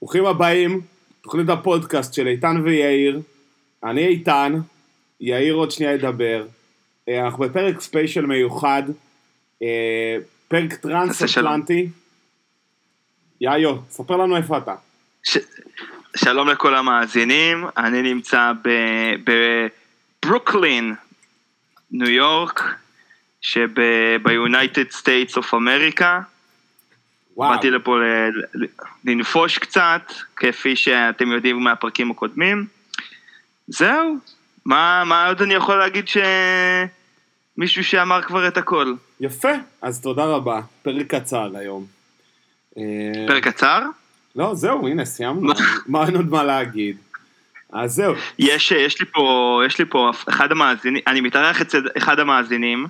ברוכים הבאים, תוכנית הפודקאסט של איתן ויאיר. אני איתן, יאיר עוד שנייה ידבר. אנחנו בפרק ספיישל מיוחד, פרק טרנס-אטלנטי. יאיו, ספר לנו איפה אתה. שלום לכל המאזינים, אני נמצא בברוקלין, ניו יורק, שב-United States of America. באתי לפה לנפוש קצת, כפי שאתם יודעים מהפרקים הקודמים. זהו, מה עוד אני יכול להגיד שמישהו שאמר כבר את הכל? יפה, אז תודה רבה, פרק קצר היום. פרק קצר? לא, זהו, הנה, סיימנו, מה אין עוד מה להגיד? אז זהו. יש לי פה אחד המאזינים, אני מתארח אצל אחד המאזינים.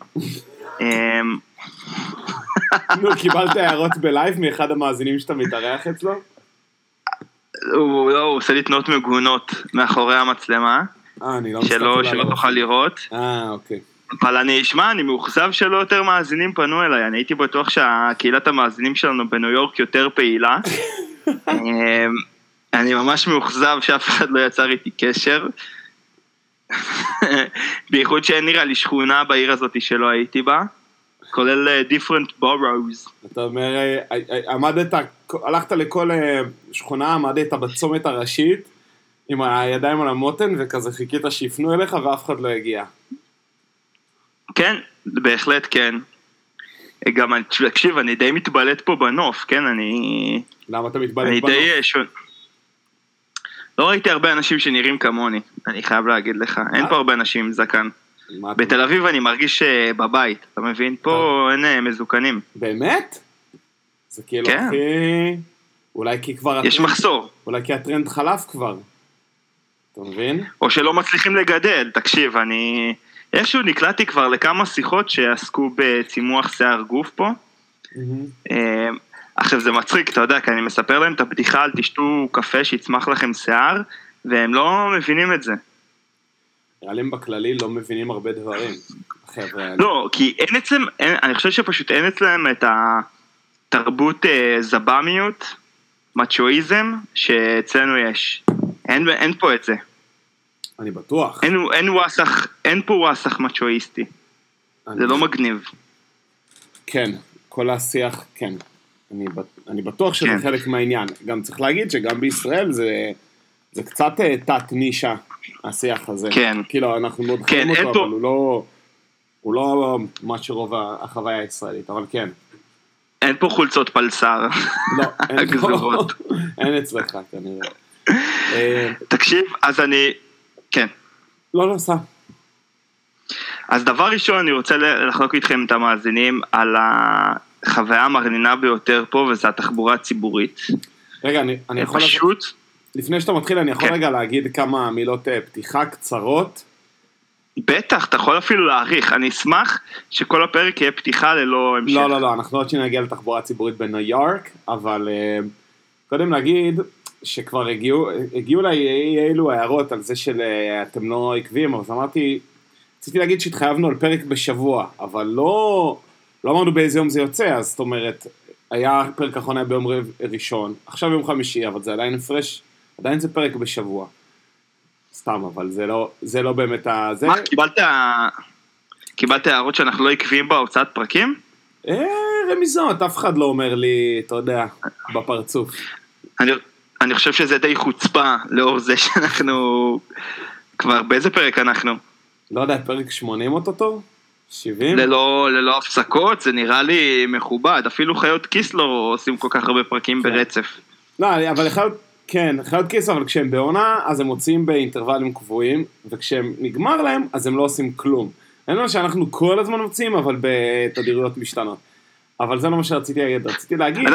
נו, קיבלת הערות בלייב מאחד המאזינים שאתה מתארח אצלו? הוא עושה לי תנועות מגונות מאחורי המצלמה. שלא תוכל לראות. אוקיי. אבל אני מאוכזב שלא יותר מאזינים פנו אליי. אני הייתי בטוח שהקהילת המאזינים שלנו בניו יורק יותר פעילה. אני ממש מאוכזב שאף אחד לא יצר איתי קשר. בייחוד שאין נראה לי שכונה בעיר הזאת שלא הייתי בה. כולל different boroughs. אתה אומר, הלכת לכל שכונה, עמדת בצומת הראשית, עם הידיים על המותן, וכזה חיכית שיפנו אליך, ואף אחד לא הגיע. כן, בהחלט כן. גם, תקשיב, אני די מתבלט פה בנוף, כן, למה אתה מתבלט בנוף? לא ראיתי הרבה אנשים שנראים כמוני, אני חייב להגיד לך. אין פה הרבה אנשים עם זקן. בתל אביב אני מרגיש בבית, אתה מבין? פה אין מזוקנים. באמת? זה כאילו הכי... אולי כי כבר... יש מחסור. אולי כי הטרנד חלף כבר. אתה מבין? או שלא מצליחים לגדל. תקשיב, אני... איכשהו נקלעתי כבר לכמה שיחות שעסקו בצימוח שיער גוף פה. עכשיו זה מצחיק, אתה יודע, כי אני מספר להם את הבדיחה על תשתו קפה שיצמח לכם שיער, והם לא מבינים את זה. נראה בכללי לא מבינים הרבה דברים. לא, כי אין אצלם, אני חושב שפשוט אין אצלם את התרבות זבמיות, מצ'ואיזם, שאצלנו יש. אין פה את זה. אני בטוח. אין פה וואסך מצ'ואיסטי. זה לא מגניב. כן, כל השיח, כן. אני בטוח שזה חלק מהעניין. גם צריך להגיד שגם בישראל זה קצת תת נישה. השיח הזה. כן. כאילו, אנחנו מאוד חיים אותו, אבל הוא לא מה שרוב החוויה הישראלית, אבל כן. אין פה חולצות פלסר. לא, אין אצלך, כנראה. תקשיב, אז כן. לא נוסע. אז דבר ראשון, אני רוצה לחלוק איתכם את המאזינים על החוויה המרנינה ביותר פה, וזה התחבורה הציבורית. רגע, אני יכול... פשוט... לפני שאתה מתחיל, אני יכול רגע להגיד כמה מילות פתיחה קצרות? בטח, אתה יכול אפילו להעריך. אני אשמח שכל הפרק יהיה פתיחה ללא המשך. לא, אנחנו עוד שנגיע לתחבורה ציבורית בניו יורק, אבל קודם להגיד שכבר הגיעו אילו הערות על זה שאתם לא עקבים, אז רציתי להגיד שהתחייבנו על פרק בשבוע, אבל לא אמרנו באיזה יום זה יוצא, אז זאת אומרת, היה פרק אחרונה ביום ראשון, עכשיו יום חמישי, אבל זה עדיין הפרש, עדיין זה פרק בשבוע. סתם, אבל זה לא באמת זה. מה, קיבלת הערות שאנחנו לא עקביים בהוצאת פרקים? רמיזות, אף אחד לא אומר לי, אתה יודע, בפרצוף. אני חושב שזה די חוצפה, לאור זה שאנחנו, כבר באיזה פרק אנחנו? לא יודע, פרק 80 אותו? 70? ללא הפסקות, זה נראה לי מכובד, אפילו חיות כיס לא עושים כל כך הרבה פרקים ברצף. לא, אבל חיות כיס, אבל כשהם בעונה, אז הם מוצאים באינטרוולים קבועים, וכשהם נגמר להם, אז הם לא עושים כלום. אין לנו שאנחנו כל הזמן מוצאים, אבל בתדירויות משתנות. אבל זה לא מה שרציתי להגיד.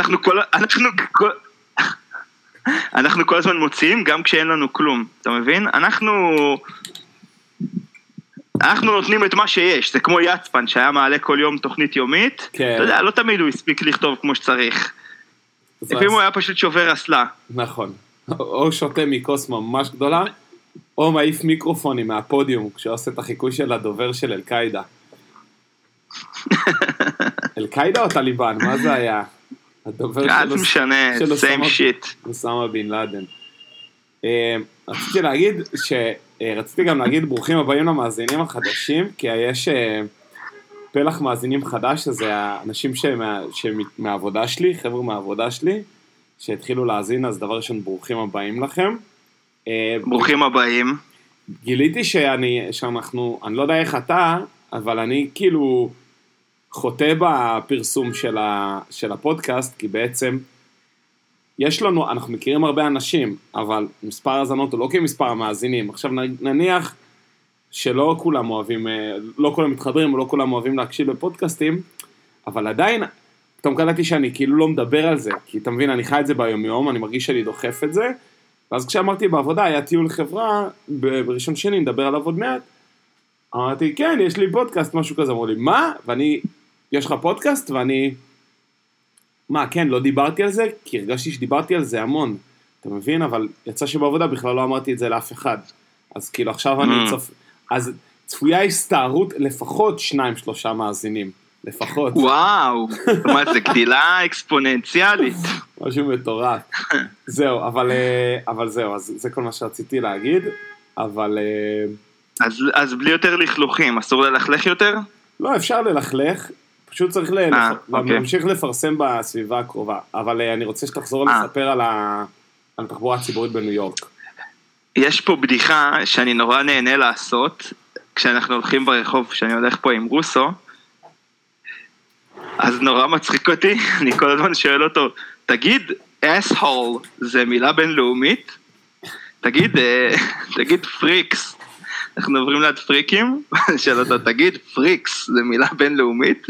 אנחנו כל הזמן מוצאים, גם כשאין לנו כלום, אתה מבין? אנחנו נותנים את מה שיש, זה כמו יצפן שהיה מעלה כל יום תוכנית יומית, אתה יודע, לא תמיד הוא הספיק לכתוב כמו שצריך. לפעמים הוא היה פשוט שובר אסלה. נכון, או שותה מכוס ממש גדולה, או מעיף מיקרופונים מהפודיום, כשעושה את החיקוי של הדובר של אל-קאידה. אל-קאידה או טליבן, מה זה היה? הדובר אז משנה, same shit. אוסמה בן לאדן. רציתי גם להגיד ברוכים הבאים למאזינים החדשים, כי יש פלח מאזינים חדש, שזה האנשים מהעבודה שלי, חבר'ה מהעבודה שלי, שהתחילו להאזין, אז דבר ראשון, ברוכים הבאים לכם. ברוכים הבאים. גיליתי שאנחנו, אני לא יודע איך אתה, אבל אני כאילו חוטא בפרסום של הפודקאסט, כי בעצם יש לנו, אנחנו מכירים הרבה אנשים, אבל מספר האזנות הוא לא כמספר המאזינים. עכשיו נניח שלא כולם אוהבים, לא כולם מתחברים, ולא כולם אוהבים להקשיב לפודקאסטים, אבל עדיין, פתאום קלטתי שאני כאילו לא מדבר על זה, כי אתה מבין, אני חי את זה ביום יום, אני מרגיש שאני דוחף את זה, ואז כשאמרתי בעבודה, היה טיול חברה, בראשון שני, נדבר עליו עוד מעט, אמרתי, כן, יש לי פודקאסט, משהו כזה, אמרו לי, מה? יש לך פודקאסט? ואני, מה, כן, לא דיברתי על זה, כי הרגשתי שדיברתי על זה המון, אתה מבין? אבל יצא שבעבודה בכלל לא אמרתי את זה לאף אחד, אז כאילו עכשיו אז צפויה הסתערות לפחות 2-3 מאזינים, לפחות. וואו, מה זה גדילה אקספוננציאלית. משהו מטורף. זהו, אבל זהו, אז זה כל מה שרציתי להגיד, אבל... אז בלי יותר לכלוכים, אסור ללכלך יותר? לא, אפשר ללכלך, פשוט צריך להמשיך לפרסם בסביבה הקרובה, אבל אני רוצה שתחזור לספר על התחבורה הציבורית בניו יורק. יש פה בדיחה שאני נורא נהנה לעשות, כשאנחנו הולכים ברחוב, כשאני הולך פה עם רוסו, אז נורא מצחיק אותי, אני כל הזמן שואל אותו, תגיד, asshole זה מילה בינלאומית? תגיד פריקס, אנחנו עוברים ליד פריקים, שואל אותו, תגיד פריקס זה מילה בינלאומית?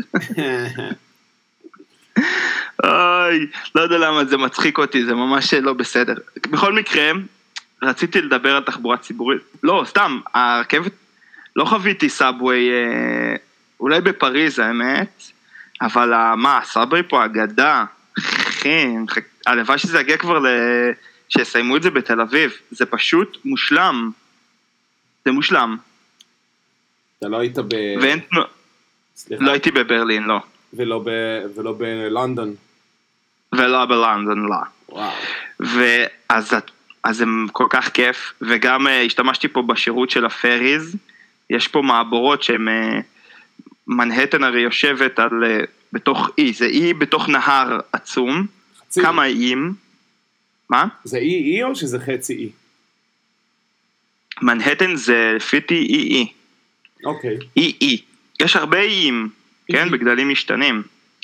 אוי, לא יודע למה זה מצחיק אותי, זה ממש לא בסדר. בכל מקרה, רציתי לדבר על תחבורה ציבורית, לא, סתם, הרכבת, לא חוויתי סאבווי, אולי בפריז האמת, אבל הסאבווי פה אגדה, הלוואי שזה יגיע כבר שיסיימו את זה בתל אביב, זה פשוט מושלם, זה מושלם. אתה לא היית לא הייתי בברלין, לא. ולא בלונדון. ולא בלונדון, לא. וואו. אז זה כל כך כיף, וגם השתמשתי פה בשירות של הפריז, יש פה מעבורות שהן, מנהטן הרי יושבת בתוך אי, זה אי בתוך נהר עצום, כמה איים, מה? זה אי או שזה חצי אי? מנהטן זה לפי אי. אוקיי. אי. יש הרבה איים, כן, בגדלים משתנים.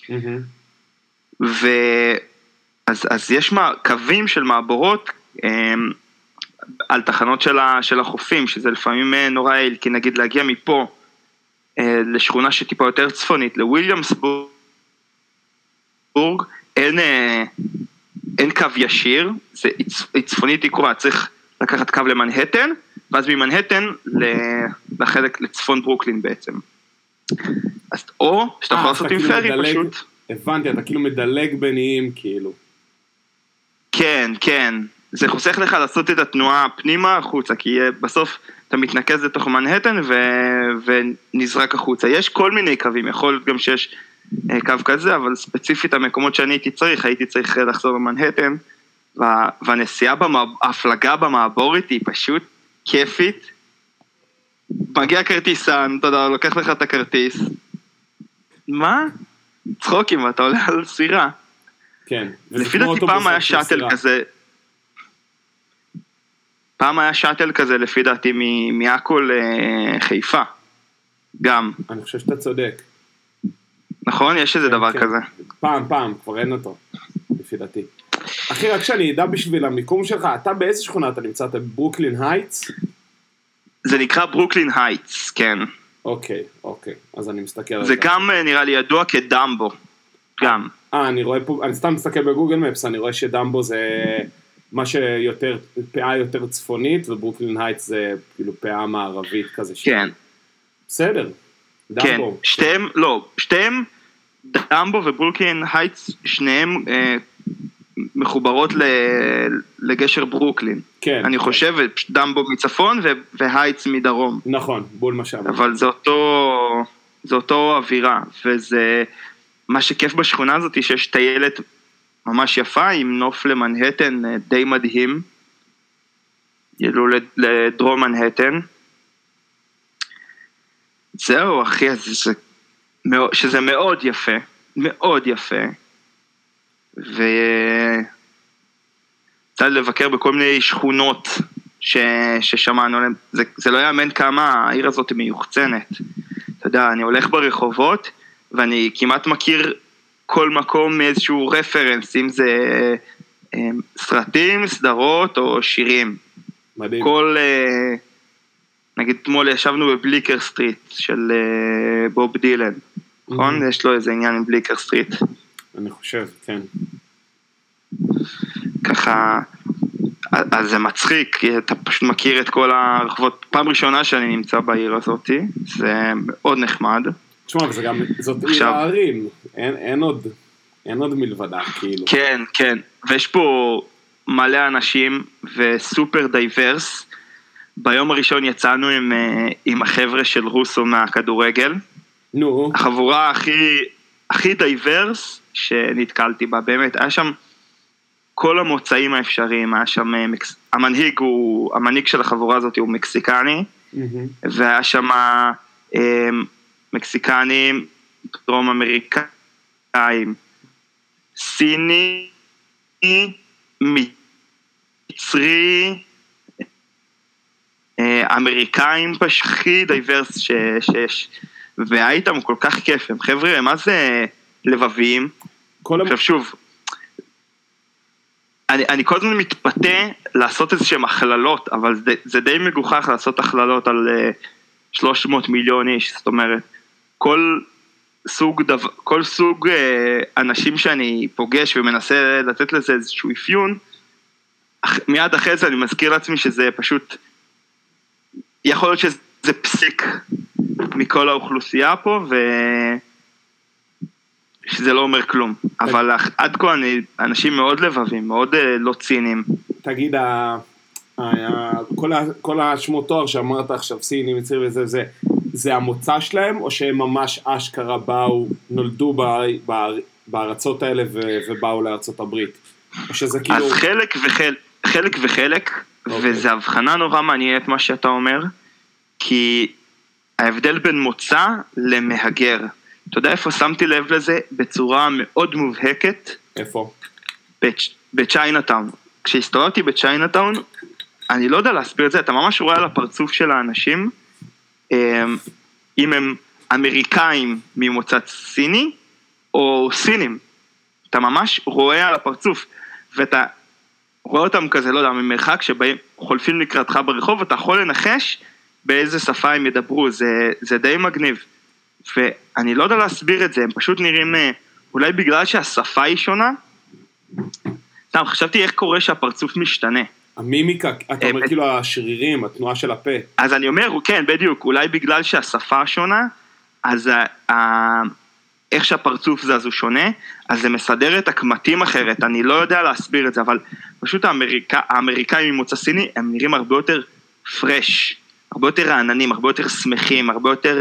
אז יש קווים של מעבורות על תחנות של החופים, שזה לפעמים נורא איל, כי נגיד להגיע מפה לשכונה שטיפה יותר צפונית, לוויליאמסבורג, אין קו ישיר, זה צפונית תקורה, צריך לקחת קו למנהטן, ואז ממנהטן לחלק לצפון ברוקלין בעצם. אז או שאתה יכול לעשות עם פרי פשוט. הבנתי, אתה כאילו מדלג ביניהם כאילו. כן, זה חוסך לך לעשות את התנועה פנימה החוצה, כי בסוף אתה מתנקז לתוך מנהטן ונזרק החוצה. יש כל מיני קווים, יכול להיות גם שיש קו כזה, אבל ספציפית המקומות שאני הייתי צריך לחזור למנהטן, והנסיעה ההפלגה במעבורת היא פשוט כיפית. מגיע כרטיסן, תודה, לוקח לך את הכרטיס. מה? צחוקים, אתה עולה על סירה. כן. לפי דעתי פעם היה שאטל כזה, לפי דעתי מעכו לחיפה, גם. אני חושב שאתה צודק. נכון? יש איזה דבר כזה. פעם, כבר אין אותו, לפי דעתי. אחי, רק שאני אדע בשביל המיקום שלך, אתה באיזה שכונה אתה נמצא? אתה בברוקלין הייטס? זה נקרא ברוקלין הייטס, כן. אוקיי, אז אני מסתכל על זה. זה גם נראה לי ידוע כדמבו, גם. אני רואה פה, אני סתם מסתכל בגוגל מפס, אני רואה שדמבו זה מה שיותר, פאה יותר צפונית, וברוקלין הייטס זה כאילו פאה מערבית כזה. כן. בסדר, דמבו. כן, שתיהם, דמבו וברוקלין הייטס, שניהם מחוברות לגשר ברוקלין. כן. אני חושב, דמבו מצפון והייטס מדרום. נכון, בול מה שאמרת. אבל זה אותו אווירה, וזה, מה שכיף בשכונה הזאת, שיש טיילת ממש יפה, עם נוף למנהטן די מדהים, ילו לדרום מנהטן. זהו אחי, שזה מאוד יפה, מאוד יפה, וצריך לבקר בכל מיני שכונות ששמענו עליהן. זה לא יאמן כמה העיר הזאת מיוחצנת. אתה יודע, אני הולך ברחובות ואני כמעט מכיר כל מקום מאיזשהו רפרנס, אם זה סרטים, סדרות או שירים. מדהים. נגיד אתמול ישבנו בבליקר סטריט של בוב דילן, נכון? יש לו איזה עניין עם בליקר סטריט. אני חושב, כן. ככה, אז זה מצחיק, כי אתה פשוט מכיר את כל הרחובות. פעם ראשונה שאני נמצא בעיר הזאת, זה מאוד נחמד. תשמע, וזה גם, זאת עיר הערים, אין עוד מלבדה, כאילו. כן, כן, ויש פה מלא אנשים וסופר דייברס. ביום הראשון יצאנו עם החבר'ה של רוסו מהכדורגל. נו. החבורה הכי דייברס שנתקלתי בה, באמת, היה שם כל המוצאים האפשריים, היה שם המנהיג של החבורה הזאת הוא מקסיקני, והיה שם מקסיקנים, דרום אמריקאים, סיני, מצרי, אמריקאים הכי דייברס שיש, והיה איתם כל כך כיף. הם חבר'ה, מה זה לבביים? עכשיו שוב, אני כל הזמן מתפתה לעשות איזושהי הכללות, אבל זה די מגוחך לעשות הכללות על 300 מיליון איש. זאת אומרת, כל סוג אנשים שאני פוגש ומנסה לתת לזה איזשהו אפיון, מיד אחרי זה אני מזכיר לעצמי שזה פשוט, יכול להיות שזה פסיק מכל האוכלוסייה פה, שזה לא אומר כלום. אבל עד כה אנשים מאוד לבבים, מאוד לא ציניים. תגיד, כל השמות תואר שאמרת עכשיו, סיני, מצרי וזה, זה המוצא שלהם, או שהם ממש אשכרה נולדו בארצות האלה ובאו לארצות הברית? או שזה כאילו... אז חלק וחלק, וזה הבחנה נורא מעניינת מה שאתה אומר, כי ההבדל בין מוצא למהגר, אתה יודע איפה שמתי לב לזה בצורה מאוד מובהקת? איפה? בצ'יינאטאון. כשהסתובבתי בצ'יינאטאון, אני לא יודע להסביר את זה, אתה ממש רואה על הפרצוף של האנשים, אם הם אמריקאים ממוצא סיני, או סינים. אתה ממש רואה על הפרצוף, ואתה רואה אותם כזה, לא יודע, ממרחק שבהם חולפים לקראתך ברחוב, ואתה יכול לנחש באיזה שפה הם ידברו, זה די מגניב. ואני לא יודע להסביר את זה, הם פשוט נראים, אולי בגלל שהשפה היא שונה, סתם, חשבתי איך קורה שהפרצוף משתנה. המימיקה, אתה אומר כאילו השרירים, התנועה של הפה. אז אני אומר, כן, בדיוק, אולי בגלל שהשפה שונה, אז איך שהפרצוף זז הוא שונה, אז זה מסדר את הקמטים אחרת, אני לא יודע להסביר את זה, אבל פשוט האמריקאים ממוצא סיני, הם נראים הרבה יותר פרש, הרבה יותר רעננים, הרבה יותר שמחים, הרבה יותר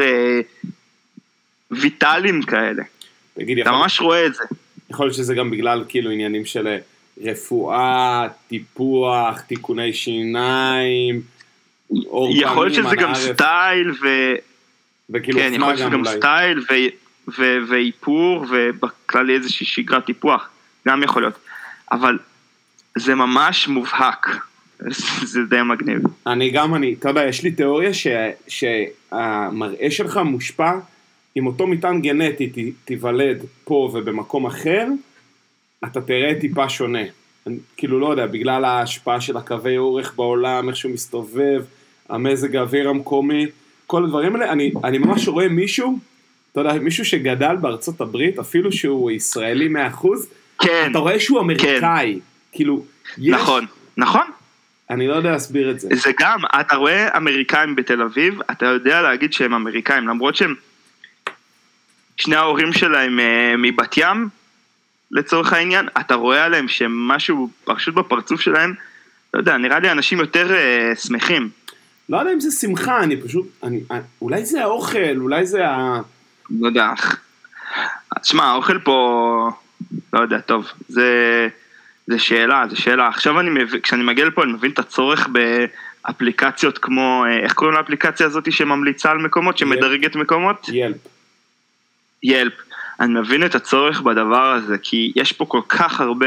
ויטליים כאלה. תגיד, אתה ממש רואה את זה. יכול להיות שזה גם בגלל כאילו עניינים של רפואה, טיפוח, תיקוני שיניים, יכול להיות שזה גם סטייל וכאילו כן, יכול להיות שזה גם סטייל ואיפור ובכלל איזושהי שגרת טיפוח, גם יכול להיות. אבל זה ממש מובהק. זה די מגניב. אתה יודע, יש לי תיאוריה שהמראה שלך מושפע, אם אותו מטען גנטי תיוולד פה ובמקום אחר, אתה תראה טיפה שונה. כאילו לא יודע, בגלל ההשפעה של הקווי אורך בעולם, איך שהוא מסתובב, המזג האוויר המקומי, כל הדברים האלה, אני ממש רואה מישהו, אתה יודע, מישהו שגדל בארצות הברית, אפילו שהוא ישראלי 100%, כן, אתה רואה שהוא אמריקאי, כן. כאילו, יש... נכון. אני לא יודע להסביר את זה. זה גם, אתה רואה אמריקאים בתל אביב, אתה יודע להגיד שהם אמריקאים, למרות שהם, שני ההורים שלהם מבת ים, לצורך העניין, אתה רואה עליהם שמשהו פשוט בפרצוף שלהם, לא יודע, נראה לי אנשים יותר שמחים. לא יודע אם זה שמחה, אני פשוט, אולי זה האוכל, אולי זה לא יודע. תשמע, האוכל פה, לא יודע, טוב, זה שאלה. עכשיו כשאני מגיע לפה, אני מבין את הצורך באפליקציות כמו, איך קוראים לאפליקציה הזאת שממליצה על מקומות, שמדרגת מקומות? ילפ. אני מבין את הצורך בדבר הזה, כי יש פה כל כך הרבה,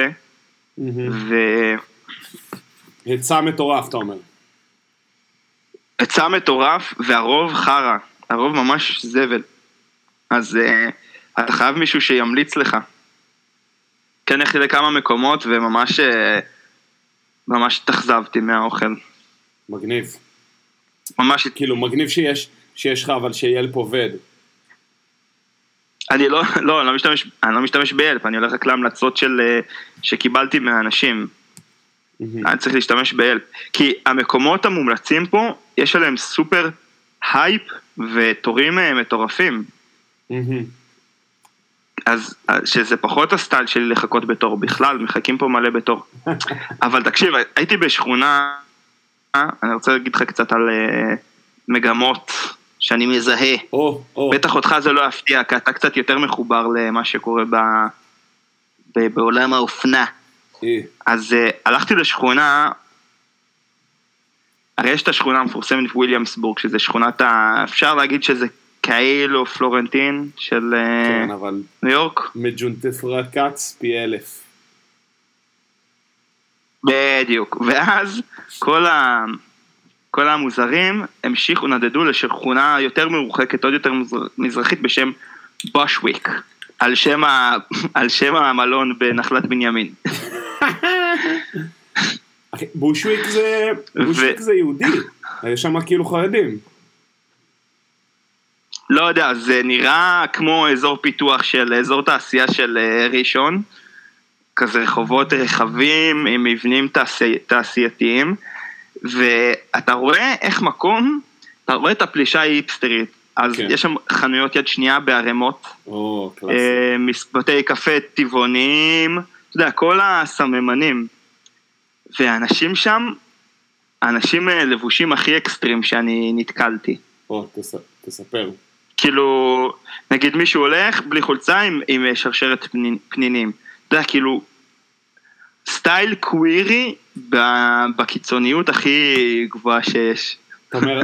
היצע מטורף, אתה אומר. היצע מטורף, והרוב חרה, הרוב ממש זבל. אז אתה חייב מישהו שימליץ לך. כן, הלכתי לכמה מקומות, וממש ממש תחזבתי מהאוכל. מגניב. ממש... כאילו, מגניב שיש לך, אבל שיילפ עובד. אני לא משתמש ביילפ, אני הולך רק להמלצות שקיבלתי מהאנשים. אני צריך להשתמש ביילפ. כי המקומות המומלצים פה, יש עליהם סופר הייפ ותורים מטורפים. אז שזה פחות הסטייל שלי לחכות בתור, בכלל מחכים פה מלא בתור. אבל תקשיב, הייתי בשכונה, אני רוצה להגיד לך קצת על מגמות שאני מזהה. בטח אותך זה לא יפתיע, כי אתה קצת יותר מחובר למה שקורה בעולם האופנה. אז הלכתי לשכונה, הרי יש את השכונה המפורסמת וויליאמסבורג, שזה שכונת, אפשר להגיד שזה כאילו פלורנטין של ניו יורק. מג'ונטפרקץ פי 1000. בדיוק, ואז כל המוזרים המשיכו, נדדו לשכונה יותר מרוחקת, עוד יותר מזרחית בשם בושוויק, על שם המלון בנחלת בנימין. בושוויק זה יהודי, יש שם כאילו חרדים. לא יודע, זה נראה כמו אזור פיתוח של אזור תעשייה של ראשון, כזה רחובות רחבים עם מבנים תעשייתיים, ואתה רואה איך מקום, אתה רואה את הפלישה ההיפסטרית, אז כן. יש שם חנויות יד שנייה בערימות, בתי קפה טבעוניים, אתה יודע, כל הסממנים, ואנשים שם, אנשים לבושים הכי אקסטרים שאני נתקלתי. תספר. כאילו, נגיד מישהו הולך בלי חולצה עם שרשרת פנינים. אתה יודע, כאילו, סטייל קווירי בקיצוניות הכי גבוהה שיש. אתה אומר,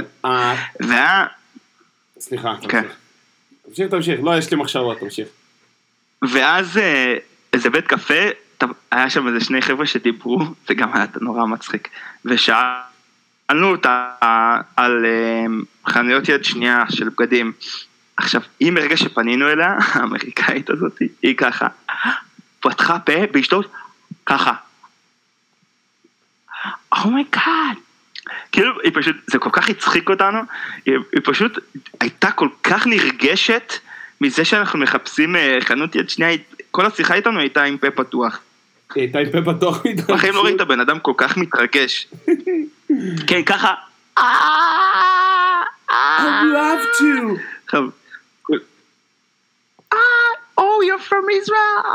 סליחה, תמשיך. לא, יש לי מחשבות, תמשיך. ואז איזה בית קפה, היה שם איזה שני חבר'ה שדיברו, זה גם היה נורא מצחיק, ושאלנו אותה על חנויות יד שנייה של בגדים. עכשיו, היא מרגע שפנינו אליה, האמריקאית הזאת, היא ככה, פתחה פה באשתות, ככה. אומייגאד. כאילו, היא פשוט, זה כל כך הצחיק אותנו, היא פשוט הייתה כל כך נרגשת מזה שאנחנו מחפשים חנות יד שנייה, כל השיחה איתנו הייתה עם פה פתוח. היא הייתה עם פה פתוח. בחיים לא ראית בן אדם כל כך מתרגש. כן, ככה. I'd love to. עכשיו, oh, you're from Israel.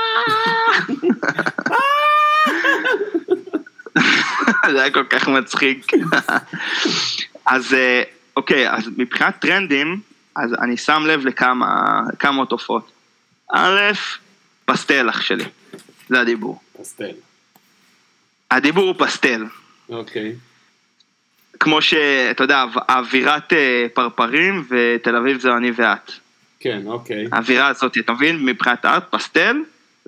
זה היה כל כך מצחיק. אז אוקיי, אז מבחינת טרנדים, אז אני שם לב לכמה תופעות. א', פסטל אח שלי, זה הדיבור. פסטל. הדיבור הוא פסטל. אוקיי. כמו שאתה יודע, אווירת פרפרים ותל אביב זה אני ואת. כן, אוקיי. האווירה הזאת, אתה מבין, מבחינת הארט, פסטל,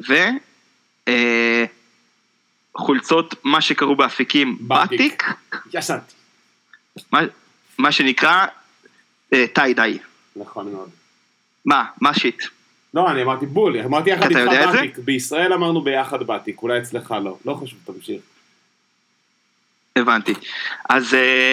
חולצות, מה שקראו באפיקים, בטיק. יסנתי. מה שנקרא טיידיי. נכון מאוד. מה שיט? לא, אני אמרתי בול, אמרתי יחד איתך בטיק. בישראל אמרנו ביחד בטיק, אולי אצלך לא. לא חשוב, תמשיך. הבנתי. אז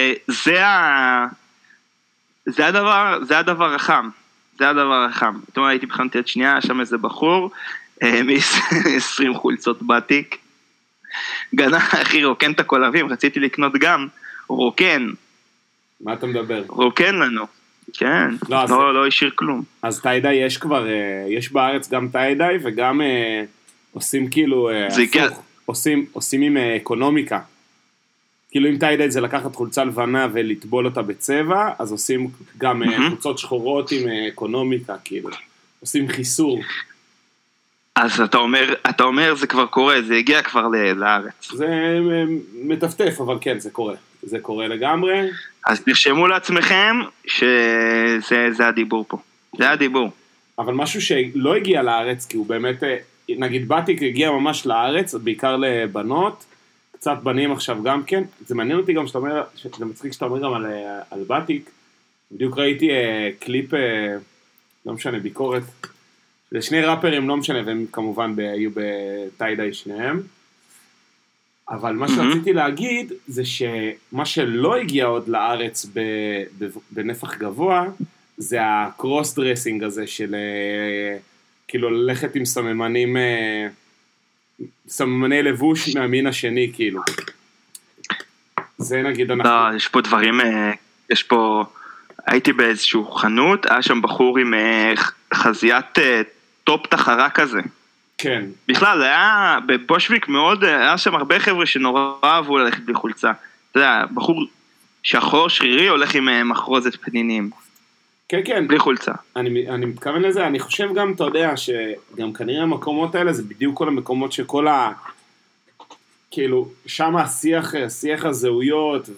זה הדבר החם. זה הדבר החם. זאת אומרת, הייתי בחנות יד שנייה, שם איזה בחור, מ-20 חולצות בטיק. גנה, אחי, רוקן את הקולבים, רציתי לקנות גם, רוקן. מה אתה מדבר? רוקן לנו, כן, לא השאיר כלום. אז טיידיי יש כבר, יש בארץ גם טיידיי, וגם עושים כאילו, עושים עם אקונומיקה. כאילו אם טיידיי זה לקחת חולצה לבנה ולטבול אותה בצבע, אז עושים גם חולצות שחורות עם אקונומיקה, כאילו. עושים חיסור. אז אתה אומר זה כבר קורה, זה הגיע כבר לארץ. זה מטפטף, אבל כן, זה קורה. זה קורה לגמרי. אז תרשמו לעצמכם שזה הדיבור פה. זה הדיבור. אבל משהו שלא הגיע לארץ, כי הוא באמת, נגיד בתיק הגיע ממש לארץ, בעיקר לבנות, קצת בנים עכשיו גם כן. זה מעניין אותי גם שאתה אומר, זה מצחיק שאתה אומר גם על בתיק. בדיוק ראיתי קליפ, לא משנה, ביקורת. זה שני ראפרים, לא משנה, והם כמובן היו בטיידיי שניהם. אבל מה שרציתי להגיד, זה שמה שלא הגיע עוד לארץ בנפח גבוה, זה הקרוס דרסינג הזה של כאילו ללכת עם סממני לבוש מהמין השני, כאילו. זה נגיד אנחנו... לא, יש פה דברים, יש פה... הייתי באיזשהו חנות, היה שם בחור עם חזיית טופ תחרה כזה. כן. בכלל, היה בבושוויק מאוד, היה שם הרבה חבר'ה שנורא אהבו ללכת בלי חולצה. אתה יודע, בחור שחור שרירי הולך עם מחרוזת פנינים. כן, כן. בלי חולצה. אני מתכוון לזה, אני חושב גם, אתה יודע, שגם כנראה המקומות האלה, זה בדיוק כל המקומות שכל כאילו, שם השיח הזהויות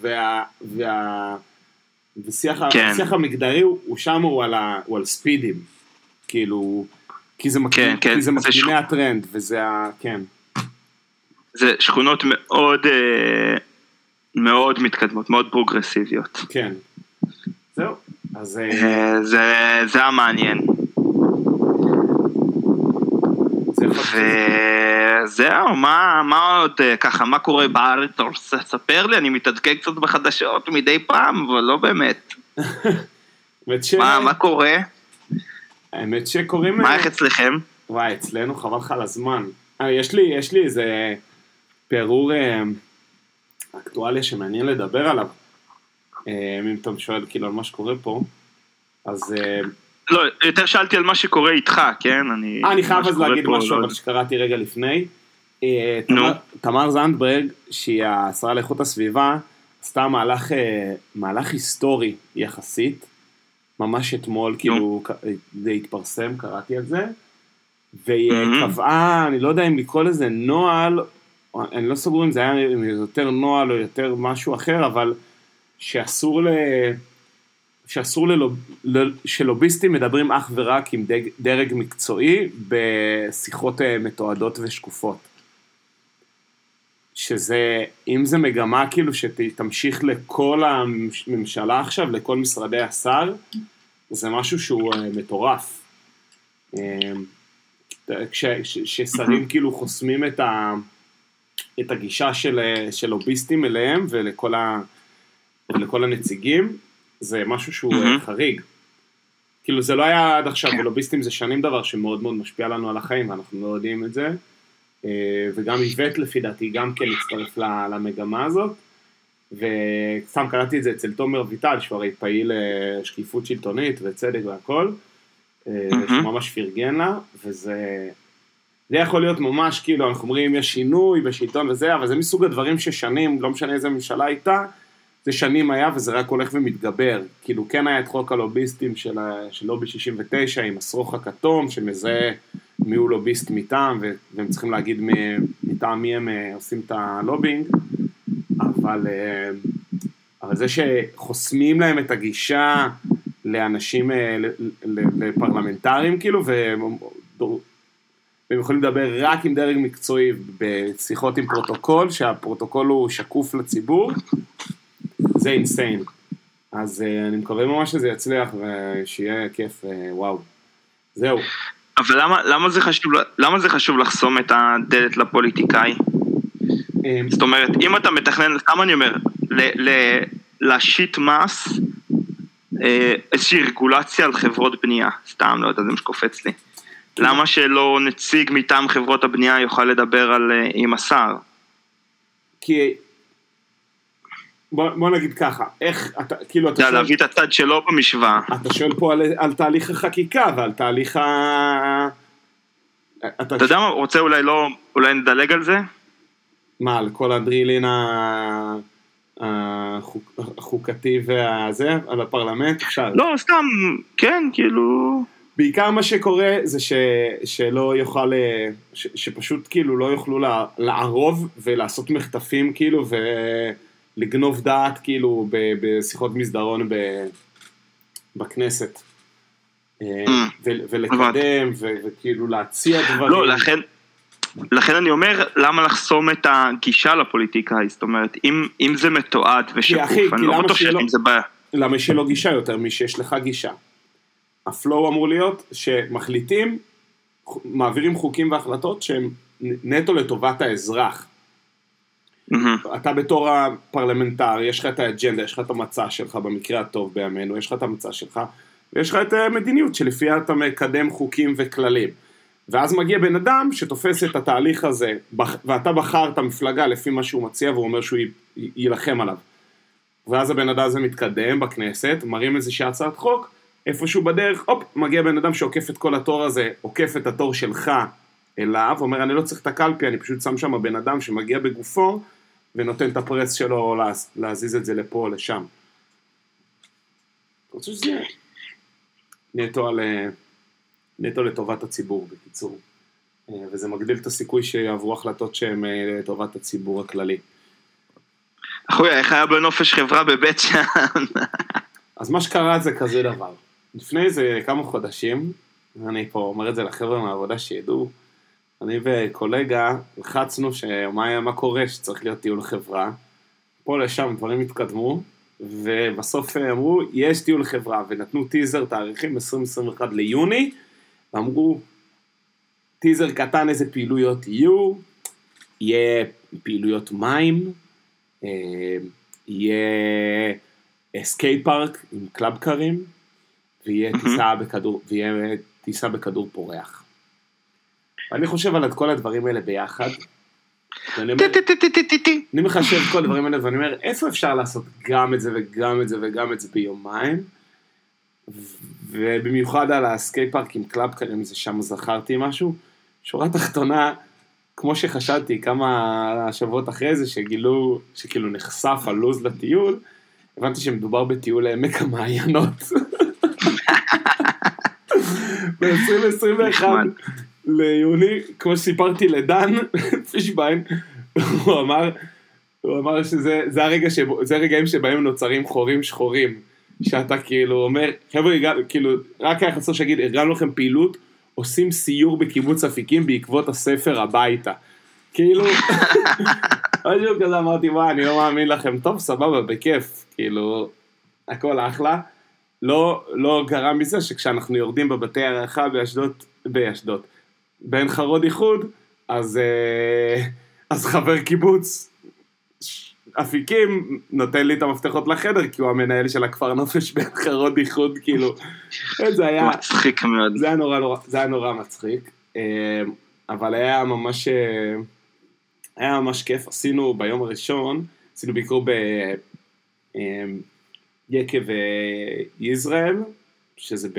ושיח המגדרי הוא שם, הוא על ספידים. כאילו, כי זה מקדימי הטרנד, וזה כן. זה שכונות מאוד, מאוד מתקדמות, מאוד פרוגרסיביות. כן. זהו. אז... זה המעניין. וזהו, מה עוד ככה, מה קורה בארץ? ספר לי, אני מתעדכן קצת בחדשות מדי פעם, אבל לא באמת. מה קורה? האמת שקוראים... מה איך אצלכם? וואי, אצלנו חבל לך על הזמן. יש לי איזה פירור אקטואליה שמעניין לדבר עליו. אם אתה שואל כאילו על מה שקורה פה, אז... לא, יותר שאלתי על מה שקורה איתך, כן? אני חייב אז להגיד משהו, אבל שקראתי רגע לפני. תמר זנדברג, שהיא השרה לאיכות הסביבה, עשתה מהלך היסטורי יחסית, ממש אתמול, כאילו, זה התפרסם, קראתי על זה, והיא קבעה, אני לא יודע אם לקרוא לזה נועל, אני לא סגור אם זה היה יותר נועל או יותר משהו אחר, אבל שלוביסטים מדברים אך ורק עם דרג מקצועי בשיחות מתועדות ושקופות. שזה, אם זה מגמה כאילו שתמשיך לכל הממשלה עכשיו, לכל משרדי השר, זה משהו שהוא מטורף. כששרים כאילו חוסמים את הגישה של לוביסטים אליהם ולכל הנציגים, זה משהו שהוא חריג. כאילו זה לא היה עד עכשיו, ולוביסטים זה שנים דבר שמאוד מאוד משפיע לנו על החיים, ואנחנו לא יודעים את זה. וגם איבט לפי דעתי גם כן הצטרף למגמה הזאת, וסתם קראתי את זה אצל תומר ויטל, שהוא הרי פעיל שקיפות שלטונית וצדק והכל, שממש פרגן לה, וזה יכול להיות ממש כאילו, אנחנו אומרים יש שינוי בשלטון וזה, אבל זה מסוג הדברים ששנים, לא משנה איזה ממשלה הייתה, זה שנים היה וזה רק הולך ומתגבר, כאילו כן היה את חוק הלוביסטים של לובי 69 עם הסרוך הכתום שמזהה מי הוא לוביסט מטעם והם צריכים להגיד מטעם מי הם עושים את הלובינג, אבל זה שחוסמים להם את הגישה לאנשים, לפרלמנטרים כאילו, והם יכולים לדבר רק עם דרג מקצועי בשיחות עם פרוטוקול, שהפרוטוקול הוא שקוף לציבור, זה אינסיין. אז אני מקווה ממש שזה יצליח ושיהיה כיף, וואו. זהו. אבל למה זה חשוב לחסום את הדלת לפוליטיקאי? זאת אומרת, אם אתה מתכנן, כמה אני אומר, להשית מס, איזושהי רגולציה על חברות בנייה, סתם, לא יודע, זה משקופץ לי. למה שלא נציג מטעם חברות הבנייה יוכל לדבר עם השר? כי... בוא נגיד ככה, איך אתה, כאילו אתה שואל... להביא את הצד שלו במשוואה. אתה שואל פה על תהליך החקיקה ועל תהליך אתה יודע מה, רוצה אולי נדלג על זה? מה, על כל הדרילין החוקתי והזה, על הפרלמנט, אפשר? לא, סתם, כן, כאילו... בעיקר מה שקורה זה שלא יוכל, שפשוט כאילו לא יוכלו לערוב ולעשות מחטפים כאילו ולגנוב דעת כאילו בשיחות מסדרון בכנסת. ולקדם וכאילו להציע דברים. לא, לכן אני אומר, למה לחסום את הגישה לפוליטיקאי? זאת אומרת, אם זה מתועד ושקוף, אני לא בטוח שאם זה בעיה. למה שלא גישה יותר משיש לך גישה? הפלואו אמור להיות שמחליטים, מעבירים חוקים והחלטות שהם נטו לטובת האזרח. אתה בתור הפרלמנטר, יש לך את האג'נדה, יש לך את המצע שלך במקרה הטוב בימינו, יש לך את המצע שלך, ויש לך את המדיניות שלפיה אתה מקדם חוקים וכללים. ואז מגיע בן אדם שתופס את התהליך הזה, ואתה בחר את המפלגה לפי מה שהוא מציע, והוא אומר שהוא ילחם עליו. ואז הבן אדם הזה מתקדם בכנסת, מראים איזושהי הצעת חוק, איפשהו בדרך, מגיע בן אדם שעוקף את כל התור הזה, עוקף את התור שלך אליו, אומר, אני לא צריך את הקלפי, אני פשוט שם שם בן אדם שמגיע בגופו, ונותן את הפרס שלו להזיז את זה לפה או לשם. אני חושב שזה נטו לטובת הציבור, בקיצור. וזה מגדיל את הסיכוי שיעברו החלטות שהן לטובת הציבור הכללי. אחוי, איך היה בנופש חברה בבית שם? אז מה שקרה זה כזה דבר. לפני איזה כמה חודשים, אני פה אומר את זה לחבר'ה מהעבודה שידעו, אני וקולגה לחצנו מה קורה שצריך להיות טיול חברה, פה לשם דברים התקדמו, ובסוף אמרו, יש טיול חברה, ונתנו טיזר תאריכים 2021 ליוני, ואמרו, טיזר קטן איזה פעילויות יהיה פעילויות מים, יהיה סקייט פארק עם קלאב קרים, ויהיה טיסה בכדור פורח. ואני חושב על כל הדברים האלה ביחד, אני מחשב כל הדברים האלה, ואני אומר, איפה אפשר לעשות גם את זה וגם את זה וגם את זה ביומיים, ובמיוחד על הסקייט פארק עם קלאב קרים, זה שם זכרתי משהו, שורה תחתונה, כמו שחשדתי כמה שבועות אחרי זה, שכאילו נחשף הלוז לטיול, הבנתי שמדובר בטיול לעמק המעיינות. ב-2021 ליוני, כמו שסיפרתי לדן, פישביין, הוא אמר שזה הרגעים שבהם נוצרים חורים שחורים, שאתה כאילו אומר, חבר'ה, כאילו, רק היה חסר שיגיד, ארגנו לכם פעילות, עושים סיור בקיבוץ אפיקים בעקבות הספר הביתה. כאילו, משהו כזה אמרתי, אני לא מאמין לכם, טוב, סבבה, בכיף, כאילו, הכל אחלה. לא גרם מזה שכשאנחנו יורדים בבתי הערכה באשדוד, בין חרוד איחוד, אז חבר קיבוץ אפיקים נותן לי את המפתחות לחדר, כי הוא המנהל של הכפר נופש בין חרוד איחוד, כאילו, זה היה מצחיק מאוד. זה היה נורא מצחיק, אבל היה ממש כיף. עשינו ביום הראשון, עשינו ביקור יקב וישראל, שזה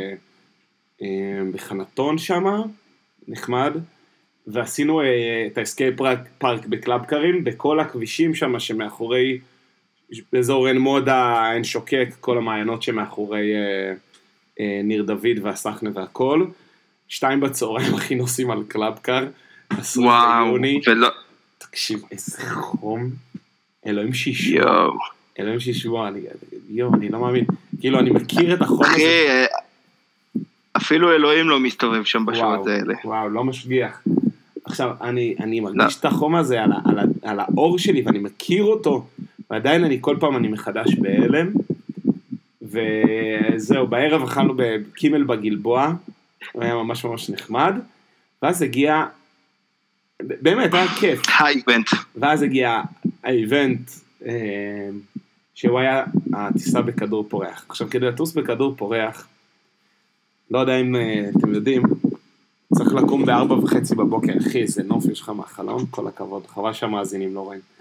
בחנתון שם, נחמד, ועשינו את האסקייפ פארק בקלאב קרים, בכל הכבישים שם שמאחורי, באזור עין מודה, עין שוקק, כל המעיינות שמאחורי ניר דוד והסחנה והכל, 2 בצהריים הכי נוסעים על קלאב קר, 20 ביוני, תקשיב, איזה חום, אלוהים שישבוע, אני לא מאמין, כאילו אני מכיר את החום הזה. אפילו אלוהים לא מסתובב שם בשעות האלה. וואו, לא משגיח. עכשיו, אני מרגיש את החום הזה על האור שלי, ואני מכיר אותו, ועדיין כל פעם אני מחדש בהלם, וזהו, בערב אכלנו בקימל בגלבוע, הוא היה ממש ממש נחמד, ואז הגיע, באמת, היה כיף. האיבנט. ואז הגיע האיבנט, שהוא היה הטיסה בכדור פורח. עכשיו, כדי לטוס בכדור פורח, לא יודע אם אתם יודעים, צריך לקום ב-4:30 בבוקר, אחי, זה נוף, יש לך מהחלום, כל הכבוד, חבל שהמאזינים לא רואים.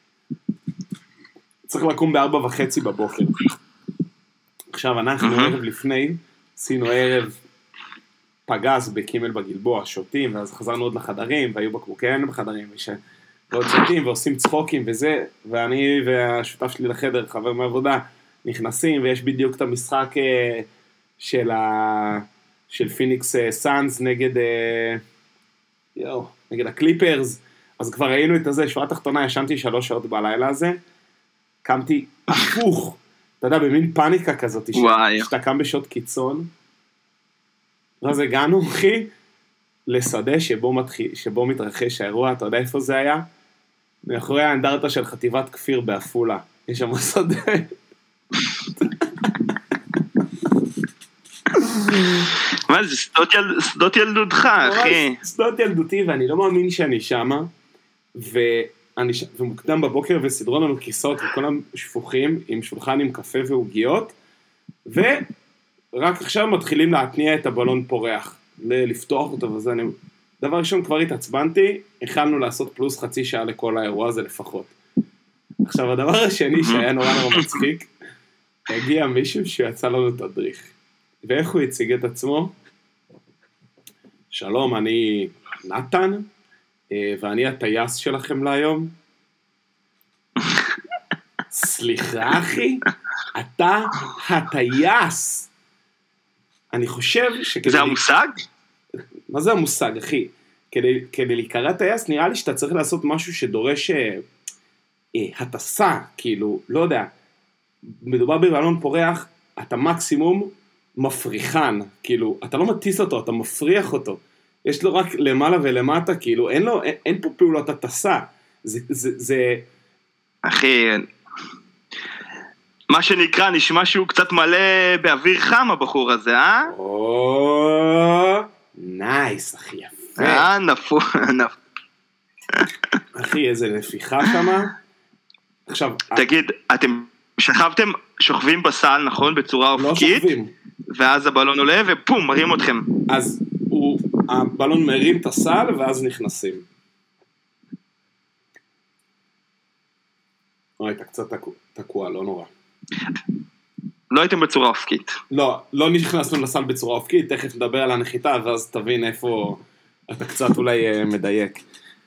צריך לקום ב-4:30 בבוקר. עכשיו, אנחנו ערב לפני, עשינו ערב פגז בקימל בגלבוע, שותים, ואז חזרנו עוד לחדרים, והיו בקבוקיין בחדרים, ועוד שותים ועושים צחוקים וזה, ואני והשותף שלי לחדר, חבר מהעבודה, נכנסים, ויש בדיוק את המשחק של פיניקס סאנס נגד הקליפרס, אז כבר ראינו את הזה, שורה תחתונה, ישנתי 3 שעות בלילה הזה, קמתי הפוך, אתה יודע, במין פאניקה כזאת, שאתה קם בשעות קיצון, ואז הגענו, אחי, לשדה שבו מתרחש האירוע, אתה יודע איפה זה היה? מאחורי האנדרטה של חטיבת כפיר באפולה, יש שם שדה. מה זה, שדות ילדותך, אחי. שדות ילדותי, ואני לא מאמין שאני שמה, ומוקדם בבוקר וסדרו לנו כיסאות וכולם שפוכים עם שולחן עם קפה ועוגיות, ורק עכשיו מתחילים להתניע את הבלון פורח, לפתוח אותו וזה. דבר ראשון כבר התעצבנתי, החלנו לעשות פלוס חצי שעה לכל האירוע הזה לפחות. עכשיו הדבר השני שהיה נורא מצחיק, הגיע מישהו שיצא לנו תדריך, ואיך הוא הציג את עצמו? שלום, אני נתן, ואני הטייס שלכם להיום. סליחה אחי, אתה הטייס. אני חושב שכדי... זה המושג? מה זה המושג אחי? כדי להיקרא טייס נראה לי שאתה צריך לעשות משהו שדורש הטסה, כאילו, לא יודע, מדובר בבלון פורח, אתה מקסימום מפריחן, כאילו, אתה לא מטיס אותו, אתה מפריח אותו. יש לו רק למעלה ולמטה, כאילו, אין פה פעולות הטסה. זה... אחי, מה שנקרא, נשמע שהוא קצת מלא באוויר חם, הבחור הזה, אה? נייס, אחי, יפה. נפוח. אחי, איזה נפיחה שמה. עכשיו... תגיד, אתם שוכבים בסל, נכון? בצורה אופקית? לא שוכבים. ואז הבלון עולה ופום, מרים אתכם. אז הבלון מרים את הסל ואז נכנסים. אוי, אתה קצת תקוע, לא נורא. לא הייתם בצורה אופקית. לא נכנסנו לסל בצורה אופקית, תכף נדבר על הנחיתה ואז תבין איפה אתה קצת אולי מדייק.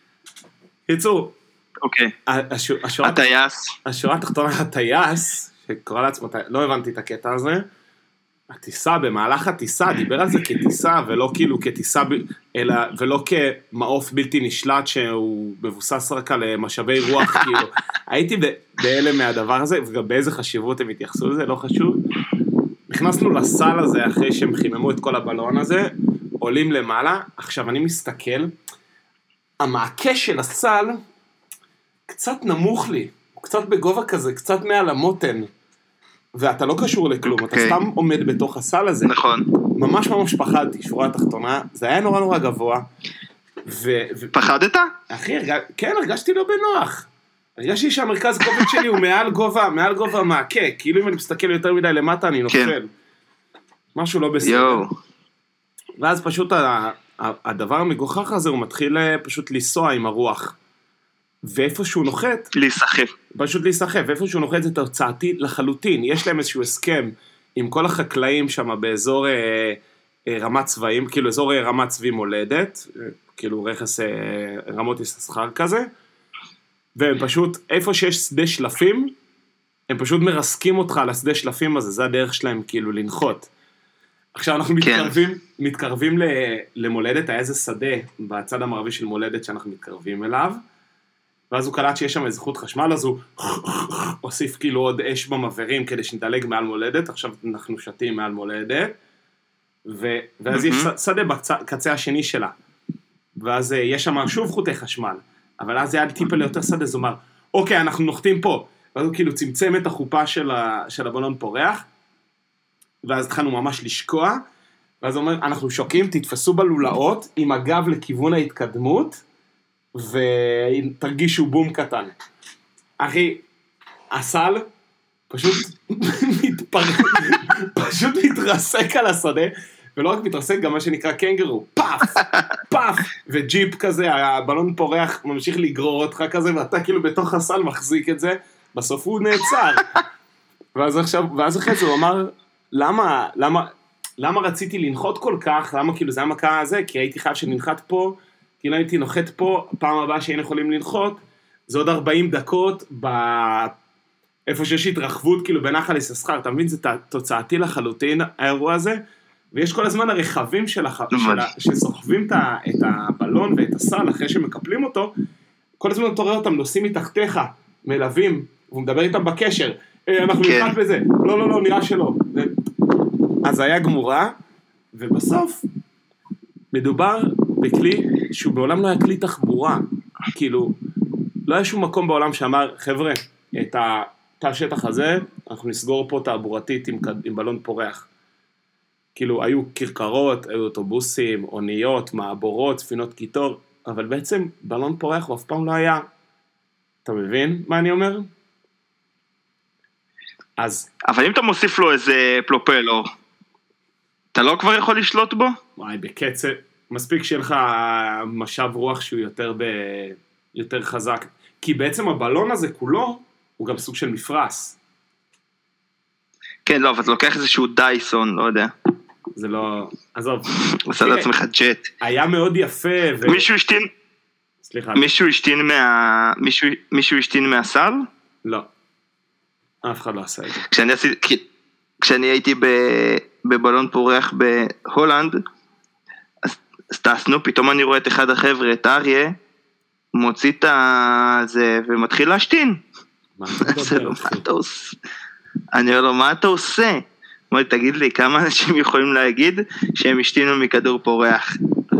קיצור, אוקיי. הטייס. השורה התחתונה, הטייס, שקורא לעצמו, לא הבנתי את הקטע הזה, הטיסה, במהלך הטיסה, דיבר על זה כטיסה, ולא כאילו כטיסה, ולא כמעוף בלתי נשלט, שהוא מבוסס רק על משאבי רוח, כאילו. הייתי בהלם מהדבר הזה, וגם באיזה חשיבות הם התייחסו לזה, לא חשוב. נכנסנו לסל הזה, אחרי שהם חיממו את כל הבלון הזה, עולים למעלה, עכשיו אני מסתכל, המעקה של הסל, קצת נמוך לי, הוא קצת בגובה כזה, קצת מעל המותן, ואתה לא קשור לכלום, אתה סתם עומד בתוך הסל הזה. נכון. ממש ממש פחדתי, שורה התחתונה, זה היה נורא נורא גבוה. פחדת? אחי, כן, הרגשתי לא בנוח. הרגשתי שהמרכז כובד שלי הוא מעל גובה מעקה, כאילו אם אני מסתכל יותר מדי למטה אני נופל. משהו לא בסדר. ואז פשוט הדבר המגוחך הזה, הוא מתחיל פשוט לנסוע עם הרוח. ואיפה שהוא נוחת, פשוט להיסחף, ואיפה שהוא נוחת זה תוצאתי לחלוטין, יש להם איזשהו הסכם עם כל החקלאים שם באזור רמת צבעים, כאילו אזור רמת צבי מולדת, כאילו רכס רמות יששכר כזה, והם פשוט, איפה שיש שדה שלפים, הם פשוט מרסקים אותך על השדה שלפים הזה, זה הדרך שלהם כאילו לנחות. עכשיו אנחנו מתקרבים למולדת, היה איזה שדה בצד המערבי של מולדת שאנחנו מתקרבים אליו, ואז הוא קלט שיש שם איזה חוט חשמל, אז הוא הוסיף כאילו עוד אש במעברים כדי שנדלג מעל מולדת, עכשיו אנחנו שתים מעל מולדת, ואז יש שדה בקצה השני שלה, ואז יש שם שוב חוטי חשמל, אבל אז היה טיפה ליותר שדה, אז הוא אמר, אוקיי, אנחנו נוחתים פה, ואז הוא כאילו צמצם את החופה של הבלון פורח, ואז התחלנו ממש לשקוע, ואז הוא אומר, אנחנו שוקעים, תתפסו בלולאות, עם הגב לכיוון ההתקדמות, ותרגישו בום קטן. אחי, הסל פשוט פשוט מתרסק על השדה, ולא רק מתרסק, גם מה שנקרא קנגרו, פאף, פאף, וג'יפ כזה, הבלון פורח ממשיך לגרור אותך כזה, ואתה כאילו בתוך הסל מחזיק את זה, בסוף הוא נעצר. ואז אחרי זה הוא אמר, למה רציתי לנחות כל כך, למה כאילו זה המכה הזה, כי הייתי חייב שננחת פה, כאילו הייתי נוחת פה, פעם הבאה שהיינו יכולים לנחות, זה עוד 40 דקות, איפה שיש התרחבות, כאילו בנחל יששכר, אתה מבין, זה תוצאתי לחלוטין, האירוע הזה, ויש כל הזמן הרכבים שסוחבים את הבלון ואת הסל אחרי שמקפלים אותו, כל הזמן אתה רואה אותם נוסעים מתחתיך, מלווים, והוא מדבר איתם בקשר, אנחנו נלחץ בזה, לא, נראה שלא. אז היה גמורה, ובסוף מדובר בכלי שהוא בעולם לא היה כלי תחבורה, כאילו, לא היה שום מקום בעולם שאמר, חבר'ה, את השטח הזה, אנחנו נסגור פה תעבורתית עם בלון פורח. כאילו, היו כרכרות, היו אוטובוסים, אוניות, מעבורות, ספינות קיטור, אבל בעצם בלון פורח הוא אף פעם לא היה. אתה מבין מה אני אומר? אז... אבל אם אתה מוסיף לו איזה פלופלור, אתה לא כבר יכול לשלוט בו? וואי, בקצב, מספיק שיהיה לך משב רוח שהוא יותר חזק, כי בעצם הבלון הזה כולו, הוא גם סוג של מפרס. כן, לא, אבל אתה לוקח איזשהו דייסון, לא יודע. זה לא... עזוב. עושה לעצמך ג'ט. היה מאוד יפה מישהו השתין... סליחה. מישהו השתין מהסל? לא. אף אחד לא עשה את זה. כשאני הייתי בבלון פורח בהולנד, אז טסנו, פתאום אני רואה את אחד החבר'ה, את אריה, מוציא את זה ומתחיל להשתין. מה אתה עושה? אני אומר לו, מה אתה עושה? אמר, תגיד לי, כמה אנשים יכולים להגיד שהם השתינו מכדור פורח?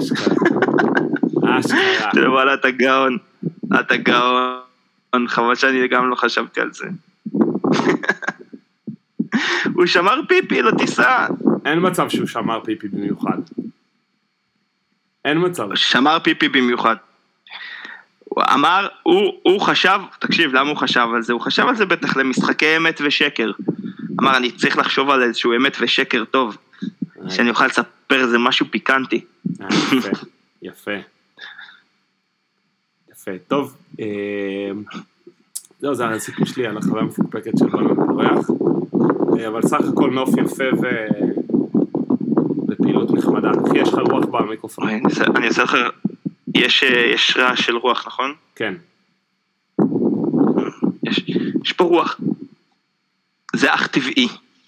אשכרה. וואלה, אתה גאון, חבל שאני גם לא חשבתי על זה. הוא שמר פיפי לטיסה. אין מצב שהוא שמר פיפי במיוחד. אין מצב. שמר פיפי במיוחד. הוא אמר, הוא חשב, תקשיב, למה הוא חשב על זה? הוא חשב על זה בטח למשחקי אמת ושקר. אמר, אני צריך לחשוב על איזשהו אמת ושקר טוב, שאני אוכל לספר איזה משהו פיקנטי. יפה. טוב, זהו, זה הסיפור שלי על החוויה המפוקפקת של בלון פורח, אבל סך הכל נוף יפה ופעילות נחמדה. אחי, יש לך רוח במיקרופון. אני אעשה לך, יש רעש של רוח, נכון? כן. יש פה רוח. זה אך טבעי.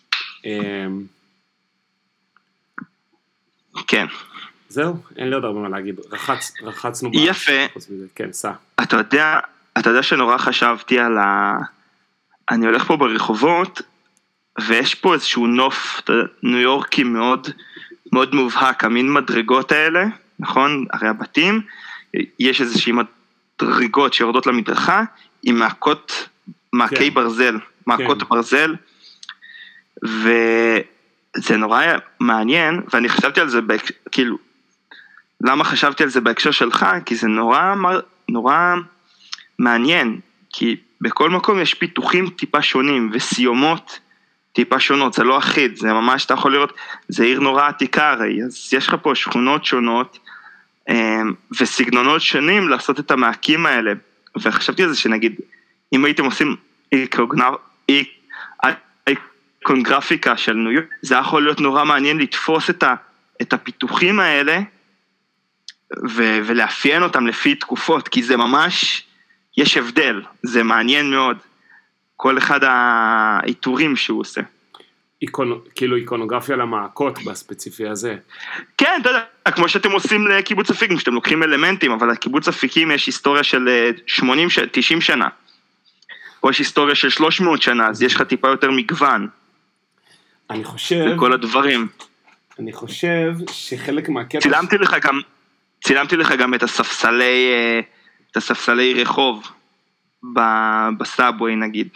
כן. זהו, אין לי עוד הרבה מה להגיד. רחצנו יפה. כן, סע. אתה יודע שנורא חשבתי על אני הולך פה ברחובות, ויש פה איזשהו נוף ניו יורקי מאוד, מאוד מובהק, המין מדרגות האלה, נכון? הרי הבתים, יש איזושהי מדרגות שיורדות למדרכה, עם מעקי ברזל, מעקות ברזל, וזה נורא מעניין, ואני חשבתי על זה, כאילו, למה חשבתי על זה בהקשר שלך? כי זה נורא מעניין, כי בכל מקום יש פיתוחים טיפה שונים, וסיומות טיפה שונות, זה לא אחיד, זה ממש, אתה יכול לראות, זה עיר נורא עתיקה הרי, אז יש לך פה שכונות שונות, וסגנונות שונים לעשות את המעקים האלה, וחשבתי על זה שנגיד, אם הייתם עושים איקונגרפיקה של ניו יורק, זה יכול להיות נורא מעניין לתפוס את הפיתוחים האלה, ולאפיין אותם לפי תקופות, כי זה ממש, יש הבדל, זה מעניין מאוד, כל אחד האיתורים שהוא עושה. כאילו איקונוגרפיה למעקות בספציפי הזה. כן, אתה יודע, כמו שאתם עושים לקיבוץ אפיקים, שאתם לוקחים אלמנטים, אבל לקיבוץ אפיקים יש היסטוריה של 90 שנה, או יש היסטוריה של 300 שנה, אז יש לך טיפה יותר מגוון. אני חושב... בכל הדברים. אני חושב שחלק מהקטע... צילמתי לך גם את הספסלי רחוב, בסאבווי נגיד.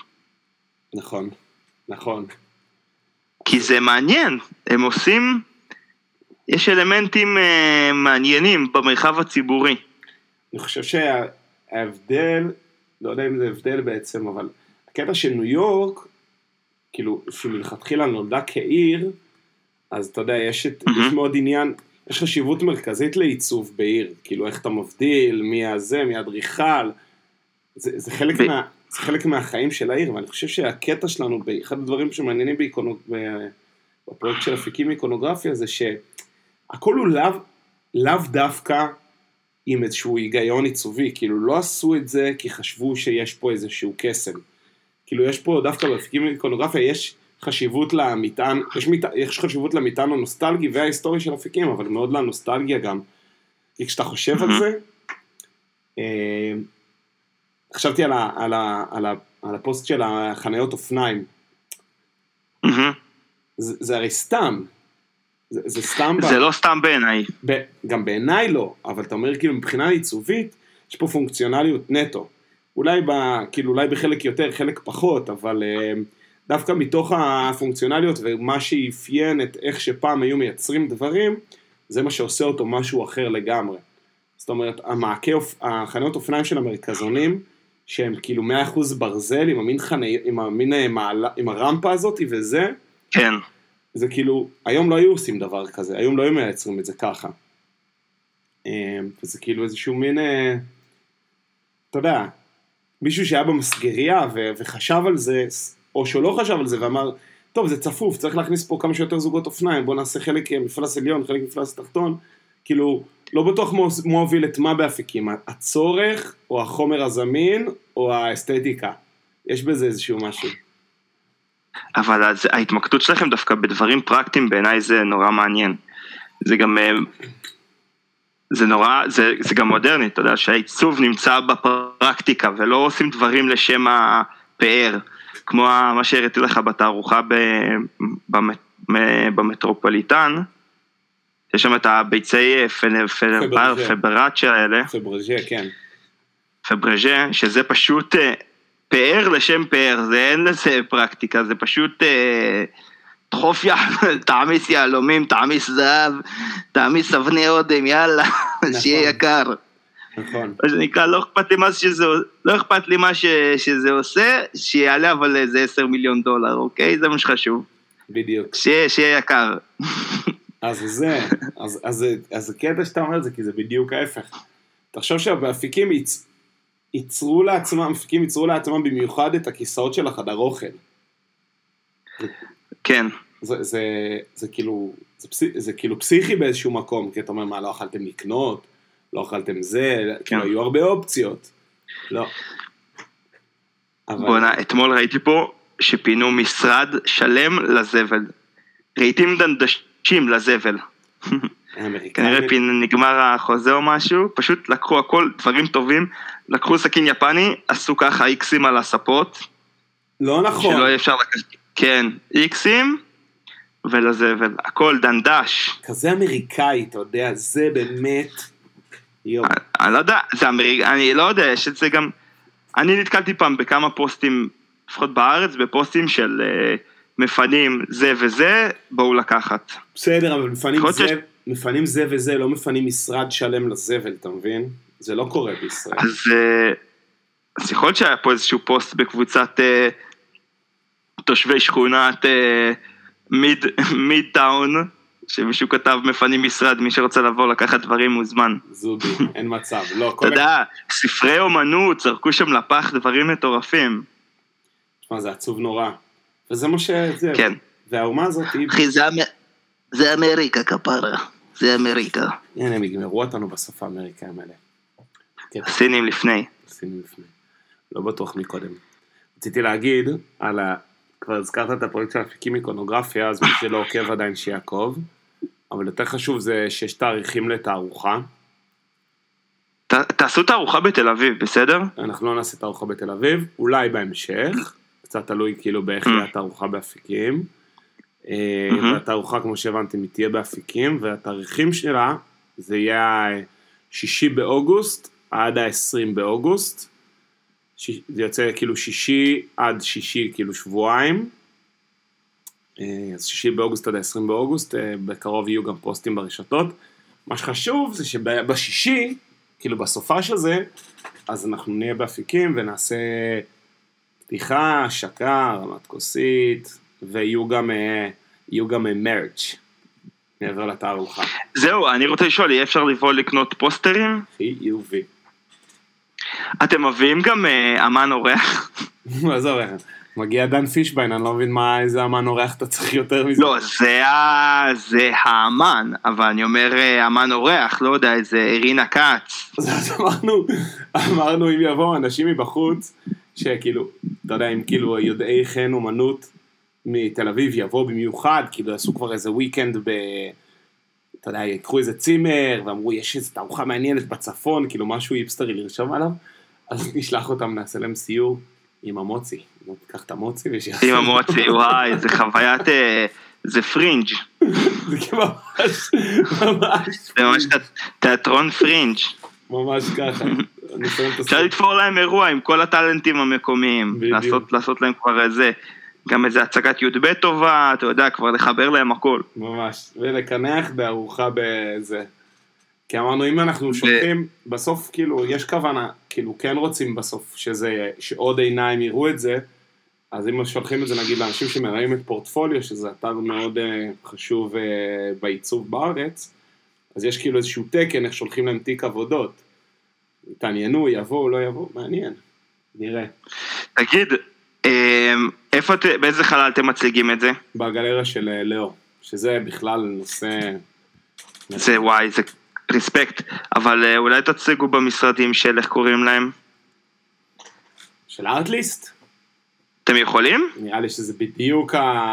נכון. כי זה מעניין, הם עושים, יש אלמנטים מעניינים במרחב הציבורי. אני חושב שההבדל, לא יודע אם זה הבדל בעצם, אבל הקטע של ניו יורק, כאילו, שמלכתחילה נולדה כעיר, אז אתה יודע, יש מאוד עניין, יש חשיבות מרכזית לעיצוב בעיר, כאילו איך אתה מבדיל, מי הזה, מי הדריכל, זה חלק מהחיים של העיר, ואני חושב שהקטע שלנו, אחד הדברים שמעניינים בפרויקט של אפיקים איקונוגרפיה, זה שהכל הוא לאו דווקא עם איזשהו היגיון עיצובי, כאילו לא עשו את זה כי חשבו שיש פה איזשהו קסם, כאילו יש פה דווקא באפיקים איקונוגרפיה, יש חשיבות למטען, יש חשיבות למטען הנוסטלגי וההיסטורי של אפיקים, אבל מאוד לנוסטלגיה גם. כי כשאתה חושב על זה, חשבתי על הפוסט של החניות אופניים. זה הרי סתם. זה סתם. זה לא סתם בעיניי. גם בעיניי לא, אבל אתה אומר כאילו מבחינה עיצובית, יש פה פונקציונליות נטו. אולי בחלק יותר, חלק פחות, אבל דווקא מתוך הפונקציונליות ומה שאפיין את איך שפעם היו מייצרים דברים, זה מה שעושה אותו משהו אחר לגמרי. זאת אומרת, החניות אופניים של המרכזונים, שהם כאילו 100% ברזל, עם הרמפה הזאת וזה, כן. זה כאילו, היום לא היו עושים דבר כזה, היום לא היו מייצרים את זה ככה. וזה כאילו איזשהו מין, אתה יודע, מישהו שהיה במסגריה וחשב על זה, או שלא חשב על זה ואמר, טוב, זה צפוף, צריך להכניס פה כמה שיותר זוגות אופניים, בוא נעשה חלק מפלס עליון, חלק מפלס תחתון, כאילו, לא בטוח מוביל את מה באפיקים, הצורך, או החומר הזמין, או האסתטיקה. יש בזה איזשהו משהו. אבל ההתמקדות שלכם דווקא בדברים פרקטיים, בעיניי זה נורא מעניין. זה גם, זה גם מודרני, אתה יודע, שהעיצוב נמצא בפרקטיקה, ולא עושים דברים לשם הפאר, כמו מה שהראיתי לך בתערוכה במטרופוליטן, יש שם את הביצי פברצ'ה האלה. פברז'ה, כן. פברז'ה, שזה פשוט פאר לשם פאר, זה אין לזה פרקטיקה, זה פשוט דחוף תעמיס יעלומים, תעמיס זהב, תעמיס אבני אודם, יאללה, שיהיה יקר. נכון. מה שנקרא, לא אכפת לי מה שזה עושה, שיעלה אבל איזה $10 מיליון, אוקיי? זה מה שחשוב. בדיוק. שיהיה יקר. אז זה קטע שאתה אומר את זה, כי זה בדיוק ההפך. תחשוב שהאפיקים ייצרו לעצמם במיוחד את הכיסאות של החדר אוכל. כן. זה כאילו פסיכי באיזשהו מקום, כי אתה אומר, מה, לא אכלתם לקנות? לא אכלתם זה? כאילו, היו הרבה אופציות. לא. בוא'נה, אתמול ראיתי פה שפינו משרד שלם לזבל. ראיתים דנדשים לזבל. כנראה נגמר החוזה או משהו, פשוט לקחו הכל, דברים טובים, לקחו סכין יפני, עשו ככה איקסים על הספות. לא נכון. שלא אפשר לקחת, כן, איקסים ולזבל, הכל דנדש. כזה אמריקאי, אתה יודע, זה באמת... אני לא יודע, אני לא יודע, יש את זה גם, אני נתקלתי פעם בכמה פוסטים, לפחות בארץ, בפוסטים של מפנים זה וזה, בואו לקחת. בסדר, אבל מפנים זה וזה, לא מפנים משרד שלם לזבל, אתה מבין? זה לא קורה בישראל. אז יכול להיות שהיה פה איזשהו פוסט בקבוצת תושבי שכונת מידטאון, שמישהו כתב מפנים משרד, מי שרוצה לבוא לקחת דברים מוזמן. זובי, אין מצב. לא, אתה יודע, ספרי אומנות, זרקו שם לפח דברים מטורפים. תשמע, זה עצוב נורא. וזה מה שזה. כן. והאומה הזאת היא... אחי, זה אמריקה כפרה. זה אמריקה. הנה, הם יגמרו אותנו בסוף האמריקאים האלה. הסינים לפני. הסינים לפני. לא בטוח מקודם. רציתי להגיד כבר הזכרת את הפרויקט של אפיקים איקונוגרפיה, אז מי שלא עוקב עדיין שיעקב, אבל יותר חשוב זה שיש תאריכים לתערוכה. תעשו תערוכה בתל אביב, בסדר? אנחנו לא נעשה תערוכה בתל אביב, אולי בהמשך, קצת תלוי כאילו באיך יהיה התערוכה באפיקים, והתערוכה כמו שהבנתי תהיה באפיקים, והתאריכים שלה זה יהיה 6 באוגוסט עד ה-20 באוגוסט, זה יוצא כאילו 6 עד 6 כאילו שבועיים, אז 6 באוגוסט עד 20 באוגוסט, בקרוב יהיו גם פוסטים ברשתות. מה שחשוב זה שבשישי, כאילו בסופה של זה, אז אנחנו נהיה באפיקים ונעשה פתיחה, שקה, רמת כוסית, ויהיו גם מרץ' מעבר לתערוכה. זהו, אני רוצה לשאול, יהיה אפשר לבוא לקנות פוסטרים? יובי. אתם מביאים גם אמן אורח? מה זה אורח? מגיע דן פישביין, אני לא מבין איזה אמן אורח אתה צריך יותר מזה. לא, זה האמן, אבל אני אומר אמן אורח, לא יודע, איזה אירינה קאץ. אז אמרנו אם יבואו אנשים מבחוץ, שכאילו, אתה יודע, אם כאילו יודעי חן אומנות, מתל אביב יבוא במיוחד, כאילו עשו כבר איזה וויקנד אתה יודע, יקחו איזה צימר, ואמרו, יש איזו תערוכה מעניינת בצפון, כאילו משהו היפסטרי לרשום עליו, אז נשלח אותם, נעשה להם סיור עם המוצי. תיקח את המוצי ושיעשו. עם המוצי, וואי, זה חוויית, זה פרינג'. זה ממש. זה ממש תיאטרון פרינג'. ממש ככה. אפשר לתפור להם אירוע עם כל הטלנטים המקומיים, לעשות להם כבר איזה, גם איזה הצגת י"ב טובה, אתה יודע, כבר לחבר להם הכל. ממש, ולקנח בארוחה בזה. כי אמרנו, אם אנחנו שולחים, בסוף כאילו, יש כוונה, כאילו כן רוצים בסוף שעוד עיניים יראו את זה, אז אם שולחים את זה נגיד לאנשים שמראים את פורטפוליו, שזה אתר מאוד חשוב בעיצוב בארץ, אז יש כאילו איזשהו תקן, איך שולחים להם תיק עבודות. תעניינו, יבואו, לא יבואו, מעניין. נראה. תגיד, באיזה חלל אתם מציגים את זה? בגלריה של לאו, שזה בכלל נושא... זה וואי, זה ריספקט, אבל אולי תציגו במשרדים של איך קוראים להם? של ארטליסט? אתם יכולים? נראה לי שזה בדיוק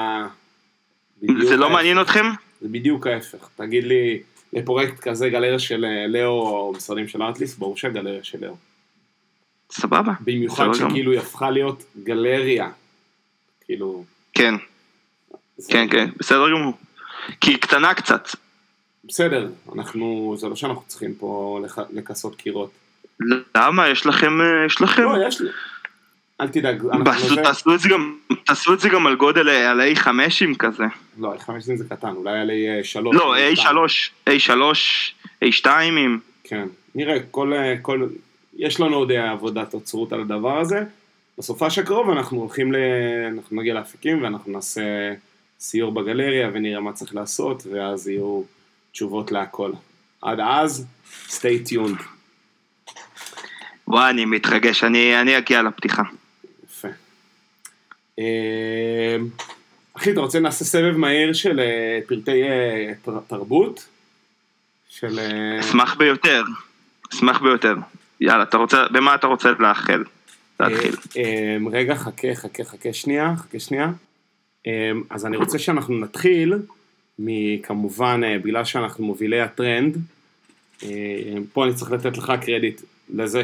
זה לא מעניין אתכם? זה בדיוק ההפך. תגיד לי, לפרויקט כזה גלריה של לאו או משרדים של ארטליסט, ברור שהגלריה של לאו. סבבה. במיוחד שכאילו היא הפכה להיות גלריה. כאילו... כן. כן, כן, בסדר גמור. כי היא קטנה קצת. בסדר, זה לא שאנחנו צריכים פה לכסות קירות. למה? יש לכם... לא, יש לי. אל תדאג. תעשו את זה גם על גודל, על A5 כזה. לא, A5 זה קטן, אולי על A3. לא, A3, A2. כן, נראה, יש לנו עוד עבודת עצרות על הדבר הזה. בסופה הקרוב אנחנו נגיע להפיקים ואנחנו נעשה סיור בגלריה ונראה מה צריך לעשות, ואז יהיו תשובות להכל. עד אז, stay tuned. וואי, אני מתרגש, אני אגיע לפתיחה. יפה. אחי, אתה רוצה נעשה סבב מהיר של פרטי תרבות? אשמח ביותר. יאללה, במה אתה רוצה להתחיל? רגע, חכה שנייה. אז אני רוצה שאנחנו נתחיל כמובן, בגלל שאנחנו מובילי הטרנד, פה אני צריך לתת לך קרדיט לזה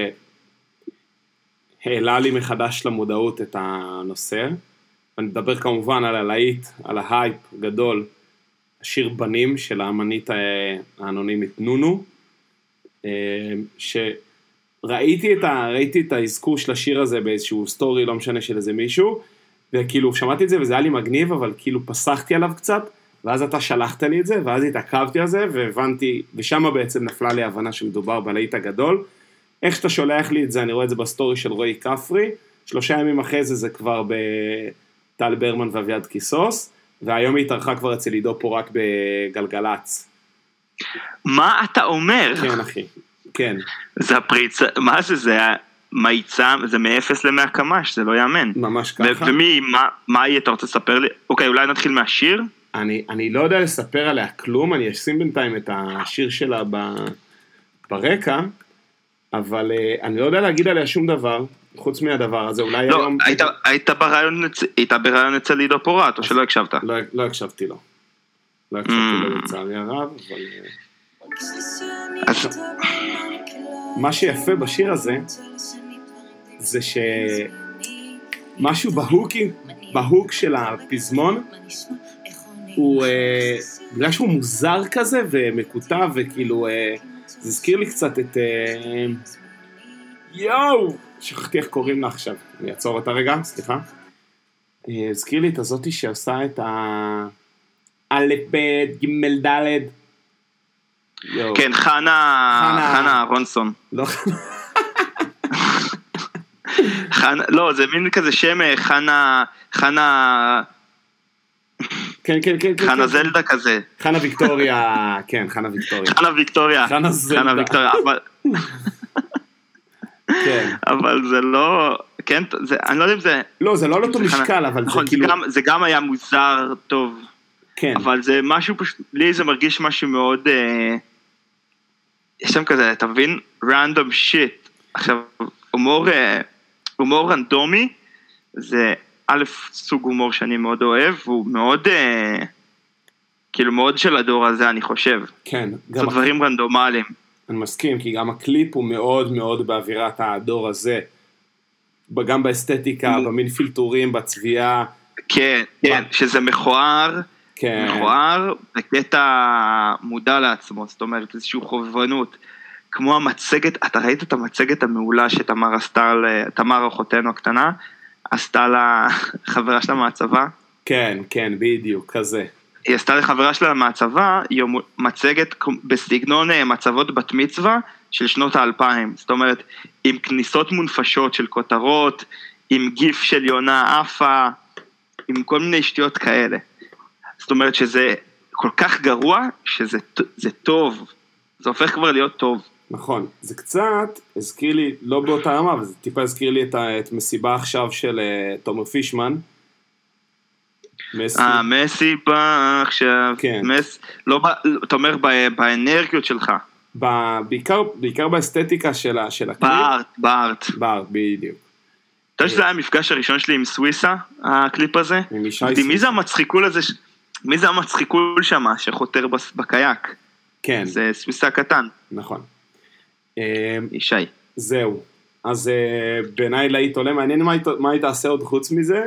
שהעלה לי מחדש למודעות את הנושא, ואני מדבר כמובן על הלהיט, על ההייפ גדול, השיר בנים של האמנית האנונימית נונו, שראיתי את האזכור של השיר הזה באיזשהו סטורי, לא משנה של איזה מישהו, וכאילו שמעתי את זה וזה היה לי מגניב, אבל כאילו פסחתי עליו קצת, ואז אתה שלחת לי את זה, ואז התעכבתי על זה, והבנתי, ושם בעצם נפלה לי הבנה שמדובר בלהיט הגדול. איך שאתה שולח לי את זה, אני רואה את זה בסטורי של רועי כפרי, 3 ימים אחרי זה כבר בטל ברמן ואביעד כיסוס, והיום היא התארחה כבר אצל עידו פורק בגלגלץ. מה אתה אומר? כן, אחי, כן. זה הפריצה, מה זה? זה מייצה, זה מ-0 ל-100 קמ"ש, זה לא יאמן. ממש ככה. מה יהיה, אתה רוצה לספר לי? אוקיי, אולי נתחיל מהשיר? אני לא יודע לספר עליה כלום, אני אשים בינתיים את השיר שלה ברקע, אבל אני לא יודע להגיד עליה שום דבר, חוץ מהדבר הזה, אולי לא, היום... היית ברעיון אצל עידו פורט, או שלא הקשבת? לא הקשבתי לו. לא הקשבתי לו לצערי הרב, אבל... מה שיפה בשיר הזה, זה שמשהו בהוק של הפזמון, הוא, בגלל שהוא מוזר כזה ומקוטע וכאילו, זה הזכיר לי קצת את, שכחתי איך קוראים לה עכשיו, אני אעצור אותה רגע, סליחה, הזכיר לי את הזאתי שעושה את א' ב' ג' ד' כן, חנה רונסון. לא חנה, לא, זה מין כזה שם, חנה... כן. חנה זלדה כזה. חנה ויקטוריה, כן, חנה ויקטוריה. חנה ויקטוריה, אבל... כן. אבל זה לא... כן, אני לא יודע אם זה... לא, זה לא אותו משקל, אבל זה כאילו... זה גם היה מוזר טוב. כן. אבל זה משהו פשוט... לי זה מרגיש משהו מאוד... יש שם כזה, אתה מבין? random shit. עכשיו, הומור רנדומי, זה א', סוג הומור שאני מאוד אוהב, והוא מאוד, כאילו מאוד של הדור הזה, אני חושב. כן. זה דברים רנדומליים. אני מסכים, כי גם הקליפ הוא מאוד מאוד באווירת הדור הזה. גם באסתטיקה, במין פילטורים, בצביעה. כן, כן, שזה מכוער, מכוער, בקטע מודע לעצמו, זאת אומרת, איזושהי חובבנות. כמו המצגת, אתה ראית את המצגת המעולה שתמר עשתה, תמר אחותנו הקטנה, עשתה לחברה שלה מהצבא? כן, כן, בדיוק, כזה. היא עשתה לחברה שלה מהצבא, מצגת בסגנון מצבות בת מצווה של שנות ה-2000, זאת אומרת, עם כניסות מונפשות של כותרות, עם גיף של יונה אפה, עם כל מיני שטויות כאלה. זאת אומרת שזה כל כך גרוע, שזה טוב, זה הופך כבר להיות טוב. נכון, זה קצת הזכיר לי, לא באותה רמה, אבל זה טיפה הזכיר לי את מסיבה עכשיו של תומר פישמן. מסיבה עכשיו, כן. אתה אומר באנרגיות שלך. בעיקר באסתטיקה של הקליפ. בארט, בדיוק. אתה יודע שזה היה המפגש הראשון שלי עם סוויסה, הקליפ הזה? מי זה המצחיקול שם שחותר בקייק? כן. זה סוויסה קטן. נכון. ישי. זהו. אז בעיניי להיט עולה, מעניין מה היא תעשה עוד חוץ מזה.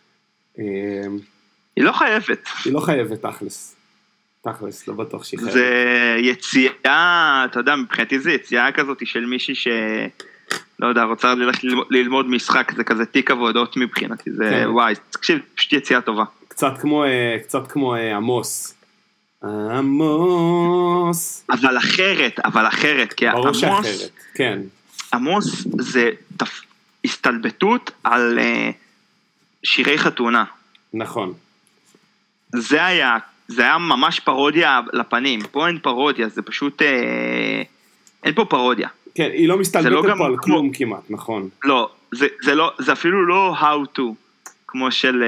היא לא חייבת. היא לא חייבת, תכלס. תכלס, לא בטוח שהיא חייבת. זה יציאה, אתה יודע, מבחינתי זה יציאה כזאת של מישהי לא יודע, רוצה ללמוד משחק, זה כזה תיק עבודות מבחינתי, זה וואי, תקשיב, פשוט יציאה טובה. קצת כמו עמוס. עמוס. אבל אחרת, כי ברור שאחרת, כן. עמוס זה הסתלבטות על שירי חתונה. נכון. זה היה ממש פרודיה לפנים, פה אין פרודיה, זה פשוט, אין פה פרודיה. כן, היא לא מסתלבטת פה על כלום כמעט, נכון. לא, זה אפילו לא how to, כמו של,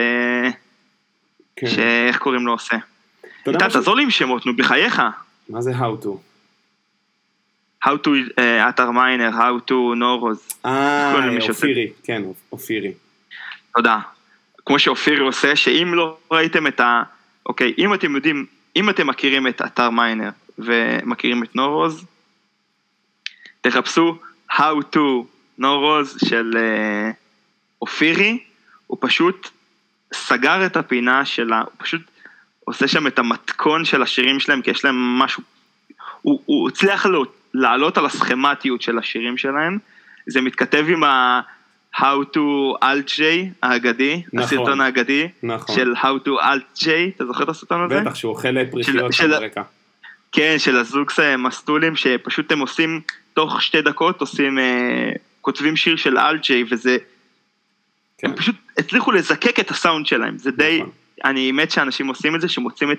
שאיך קוראים לו עושה. איתה, תעזור לי עם שמות, נו, בחייך. מה זה how to? how to אתר מיינר, how to נורוז. אופירי, כן, אופירי. תודה. כמו שאופירי עושה, שאם לא ראיתם אוקיי, אם אתם יודעים, אם אתם מכירים את אתר מיינר, ומכירים את נורוז, תחפשו how to נורוז של אופירי, הוא פשוט סגר את הפינה שלה, הוא פשוט עושה שם את המתכון של השירים שלהם, כי יש להם משהו, הוא הצליח לעלות על הסכמטיות של השירים שלהם, זה מתכתב עם how to alt J האגדי, הסרטון האגדי, של how to alt J, אתה זוכר את הסרטון הזה? בטח, שהוא אוכל פריחיות ברקע. כן, של הזוג מסטולים, שפשוט הם עושים, תוך 2 דקות כותבים שיר של alt J, וזה, הם פשוט הצליחו לזקק את הסאונד שלהם, זה די, אני מת שאנשים עושים את זה, שמוצאים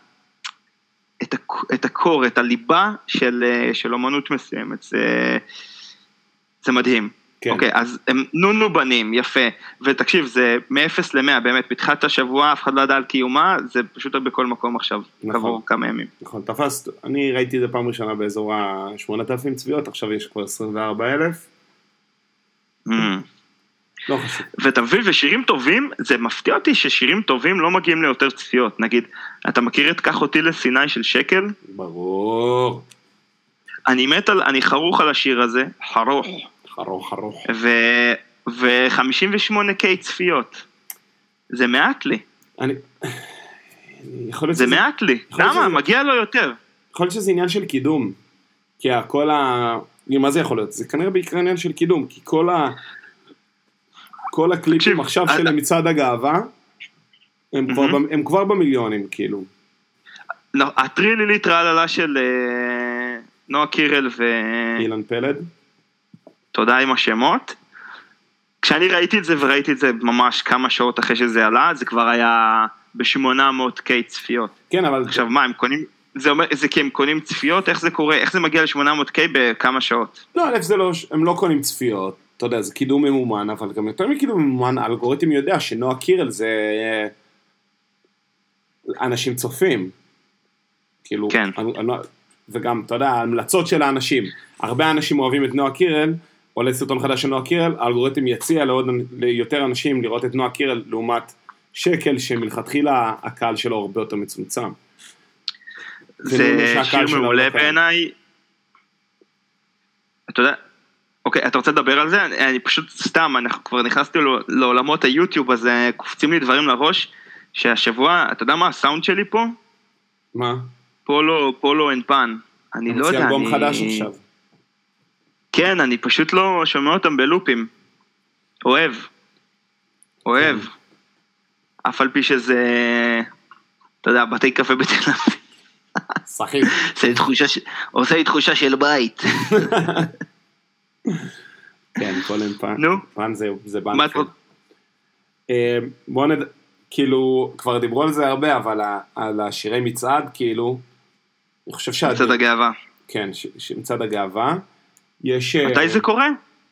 את הקור, את הליבה של אומנות מסוימת, זה מדהים. אוקיי, אז הם נונו בנים, יפה, ותקשיב, זה מ-0 ל-100, באמת, בתחילת השבוע, אף אחד לא ידע על קיומה, זה פשוט בכל מקום עכשיו, כעבור כמה ימים. נכון, תפס, אני ראיתי את זה פעם ראשונה באזור ה-8,000 צפיות, עכשיו יש כבר 24,000. לא חשוב. ואתה מבין, ושירים טובים, זה מפתיע אותי ששירים טובים לא מגיעים ליותר צפיות, נגיד, אתה מכיר את כך אותי לסיני של שקל? ברור. אני חרוך על השיר הזה, חרוך. ו-58K צפיות. זה מעט לי. זה מעט לי. למה? מגיע לו יותר. יכול להיות שזה עניין של קידום. כי מה זה יכול להיות? זה כנראה בעיקר עניין של קידום, כי כל הקליפים עכשיו של מצעד הגאווה, הם כבר במיליונים, כאילו. הטרילי טרללה של נועה קירל אילן פלד. תודה עם השמות. כשאני ראיתי את זה, וראיתי את זה ממש כמה שעות אחרי שזה עלה, זה כבר היה ב-800K צפיות. כן, אבל... עכשיו, מה, הם קונים... זה כי הם קונים צפיות? איך זה קורה? איך זה מגיע ל-800K בכמה שעות? לא, אלף, הם לא קונים צפיות. אתה יודע, זה קידום ממומן, אבל גם יותר מקידום ממומן, האלגוריתם יודע שנועה קירל זה... אנשים צופים. כאילו... כן. וגם, אתה יודע, ההמלצות של האנשים. הרבה אנשים אוהבים את נועה קירל, עולה סרטון חדש של נועה קירל, האלגוריתם יציע ליותר אנשים לראות את נועה קירל, לעומת שקל שמלכתחילה הקהל שלו הרבה יותר מצומצם. זה שיר מעולה בעיניי. אתה יודע, אוקיי, אתה רוצה לדבר על זה? אני פשוט סתם, אנחנו כבר נכנסתי לעולמות היוטיוב, אז קופצים לי דברים לראש, שהשבוע, אתה יודע מה הסאונד שלי פה? מה? פולו אין פן. אני לא יודע, אלבום חדש עכשיו. כן, אני פשוט לא שומע אותם בלופים. אוהב. אף על פי שזה, אתה יודע, בתי קפה בתל אביב. סחיב. עושה לי תחושה של בית. כן, כל אין פן. נו. פן זה בנק. בואו כאילו, כבר דיברו על זה הרבה, אבל על השירי מצעד, כאילו, אני חושב מצעד הגאווה. כן, מצעד הגאווה. יש... מתי זה קורה?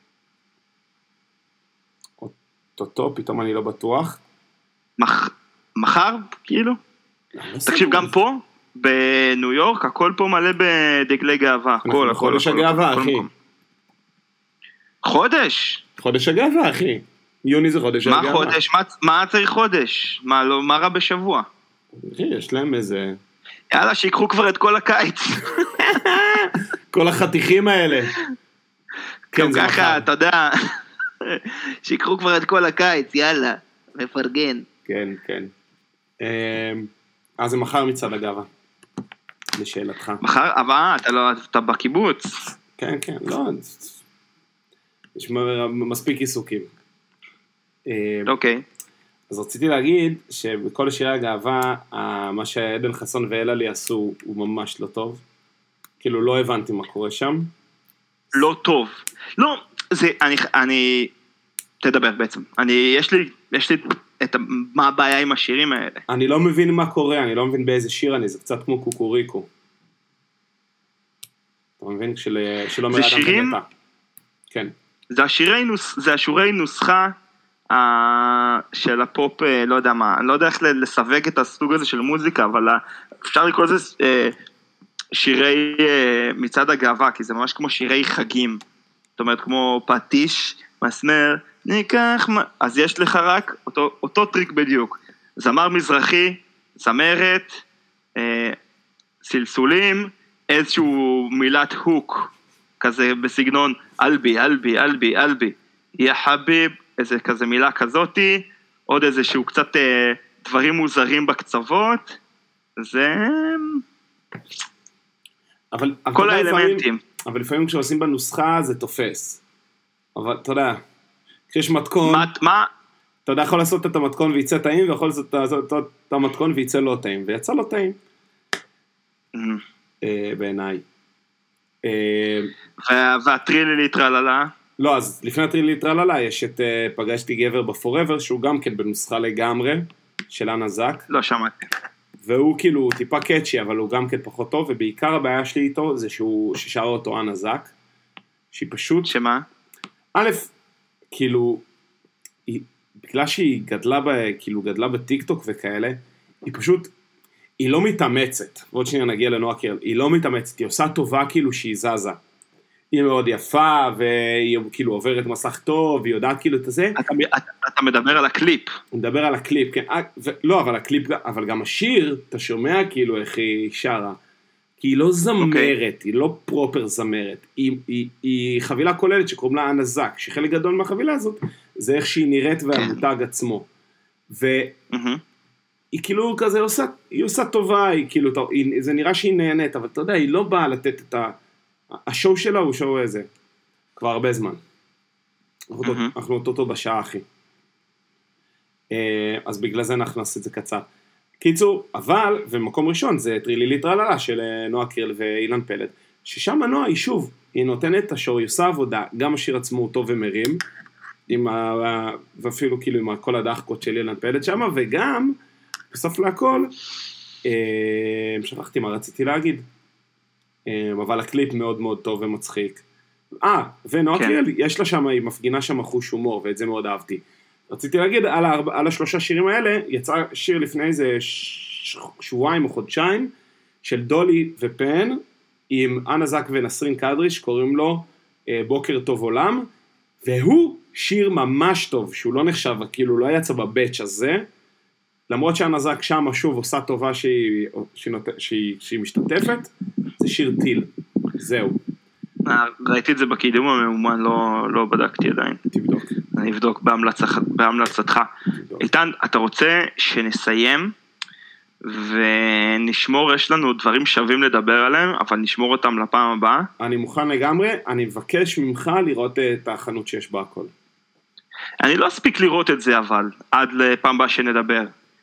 אותו, פתאום אני לא בטוח. מחר, כאילו? תקשיב, גם פה, בניו יורק, הכל פה מלא בדגלי גאווה. הכל. חודש הגאווה, אחי. חודש הגאווה, אחי. יוני זה חודש הגאווה. מה חודש? מה צריך חודש? מה רע בשבוע? אחי, יש להם איזה... יאללה, שיקחו כבר את כל הקיץ. כל החתיכים האלה. גם ככה, אתה יודע, שיקחו כבר את כל הקיץ, יאללה, מפרגן. כן. אז זה מחר מצעד הגאווה. לשאלתך. מחר, אבל אתה בקיבוץ. כן, לא, יש מספיק עיסוקים. אוקיי. אז רציתי להגיד שבכל שירי הגאווה, מה שעדן חסון ואלעלי עשו הוא ממש לא טוב. כאילו לא הבנתי מה קורה שם. לא טוב. לא, זה, אני תדבר בעצם. יש לי מה הבעיה עם השירים האלה. אני לא מבין מה קורה, אני לא מבין באיזה שיר אני, זה קצת כמו קוקוריקו. אתה מבין? שלא מראה אדם כדתה. כן. זה השירי נוסחה של הפופ, לא יודע מה, אני לא יודע איך לסווג את הסוג הזה של מוזיקה, אבל אפשר לקרוא לזה שירי מצעד הגאווה, כי זה ממש כמו שירי חגים. זאת אומרת, כמו פטיש, מסמר, ניקח, אז יש לך רק אותו טריק בדיוק. זמר מזרחי, זמרת, סלסולים, איזשהו מילת הוק, כזה בסגנון אלבי, אלבי, אלבי, אלבי, יא חביב, איזה כזה מילה כזאתי, עוד איזשהו קצת דברים מוזרים בקצוות, זה... כל האלמנטים. אבל לפעמים כשעושים בנוסחה זה תופס. אבל אתה יודע, כשיש מתכון, אתה יודע, יכול לעשות את המתכון וייצא טעים, ויכול לעשות את המתכון וייצא לא טעים, ויצא לא טעים. בעיניי. והטרילי ליטרללה? לא, אז לפני הטרילי ליטרללה יש את פגשתי גבר בפוראבר, שהוא גם כן בנוסחה לגמרי, של אנה זק. לא שמעתי. והוא כאילו טיפה קאצ'י, אבל הוא גם כן פחות טוב, ובעיקר הבעיה שלי איתו זה ששר אותו אנה זק, שהיא פשוט... שמה? א', כאילו, בגלל שהיא גדלה בטיקטוק וכאלה, היא פשוט, היא לא מתאמצת, ועוד שניה נגיע לנועה קירל, היא לא מתאמצת, היא עושה טובה כאילו שהיא זזה. היא מאוד יפה, והיא כאילו עוברת מסך טוב, והיא יודעת כאילו את זה. אתה מדבר על הקליפ. הוא מדבר על הקליפ, כן. לא, אבל הקליפ, אבל גם השיר, אתה שומע כאילו איך היא שרה. כי היא לא זמרת, היא לא פרופר זמרת. היא חבילה כוללת שקוראים לה אנה זק, שחלק גדול מהחבילה הזאת, זה איך שהיא נראית והמותג עצמו. והיא כאילו כזה היא עושה טובה, היא כאילו, זה נראה שהיא נהנית, אבל אתה יודע, היא לא באה לתת את השואו שלה הוא שואו איזה, כבר הרבה זמן. אנחנו אותו בשעה, אחי. אז בגלל זה אנחנו נעשה את זה קצר. קיצור, אבל, ומקום ראשון, זה טרילי ליטרללה של נועה קירל ואילן פלד, ששם נועה היא שוב, היא נותנת את השואו, היא עושה עבודה, גם השיר עצמו הוא טוב ומרים, ואפילו כאילו עם כל הדחקות של אילן פלד שם, וגם, בסוף להכל, שכחתי מה רציתי להגיד, אבל הקליפ מאוד מאוד טוב ומצחיק. ונועה קירל, יש לה שם, היא מפגינה שם חוש הומור, ואת זה מאוד אהבתי. רציתי להגיד, על השלושה שירים האלה, יצא שיר לפני איזה שבועיים או חודשיים, של דולי ופן, עם אנה זק ונסרין קדריש, קוראים לו בוקר טוב עולם, והוא שיר ממש טוב, שהוא לא נחשב, כאילו לא יצא בבאץ' הזה, למרות שהנזק שם שוב עושה טובה שהיא משתתפת, זה שיר טיל, זהו. ראיתי את זה בקידום המאומן, לא בדקתי עדיין. תבדוק. אני אבדוק בהמלצתך. איתן, אתה רוצה שנסיים, ונשמור, יש לנו דברים שווים לדבר עליהם, אבל נשמור אותם לפעם הבאה. אני מוכן לגמרי, אני מבקש ממך לראות את החנות שיש בה הכל. אני לא אספיק לראות את זה, אבל עד לפעם הבאה שנדבר.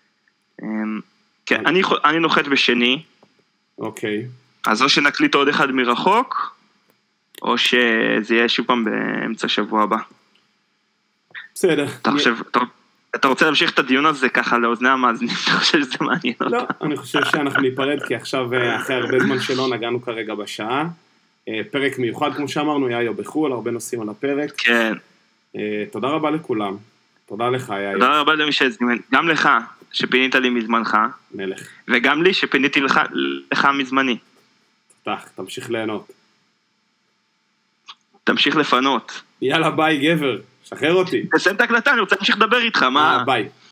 כן, אני נוחת בשני. אוקיי. אז או שנקליט עוד אחד מרחוק, או שזה יהיה שוב פעם באמצע שבוע הבא. בסדר. אתה רוצה להמשיך את הדיון הזה ככה לאוזני המאזינים? אתה חושב שזה מעניין אותך? לא, אני חושב שאנחנו ניפרד, כי עכשיו אחרי הרבה זמן שלא נגענו כרגע בשעה. פרק מיוחד, כמו שאמרנו, יאיו בחול, הרבה נושאים על הפרק. כן. תודה רבה לכולם. תודה לך, יאיו. תודה רבה למי שהזמן. גם לך, שפינית לי מזמנך. מלך. וגם לי, שפיניתי לך מזמני. תמשיך ליהנות. תמשיך לפנות. יאללה, ביי גבר. שחרר אותי. תסיים את ההקלטה, אני רוצה להמשיך לדבר איתך, מה? ביי.